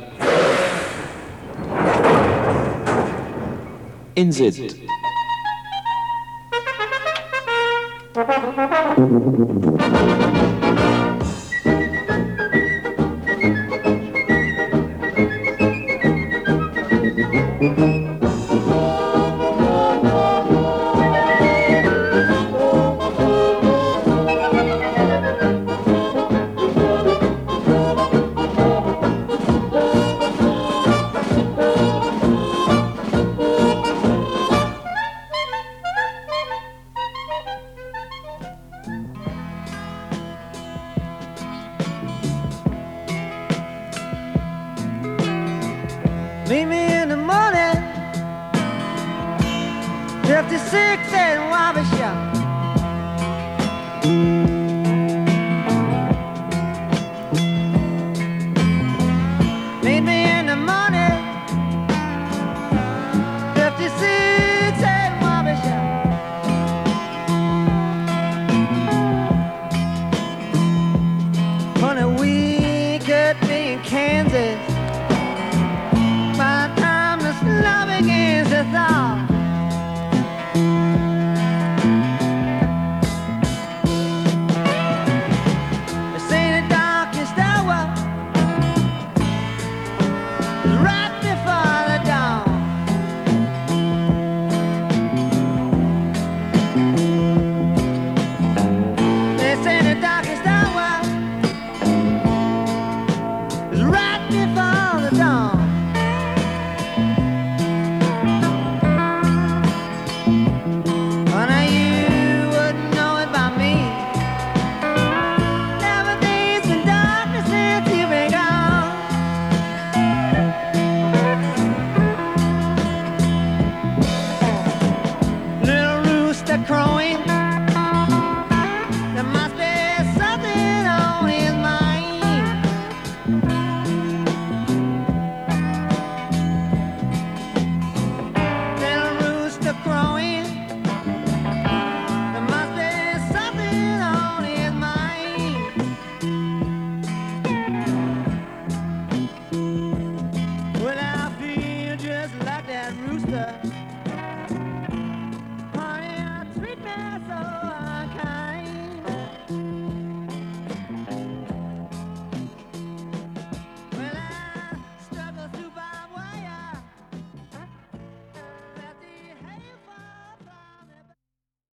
[SPEAKER 13] in zit.
[SPEAKER 14] Meet me in the morning, fifty-six and Wabi Shop. Meet me in the morning, fifty-six and Wabi Shop. Honey, we could be in Kansas. By the time this love begins to thaw, they say the darkest hour is right before the dawn. They say the darkest hour is right.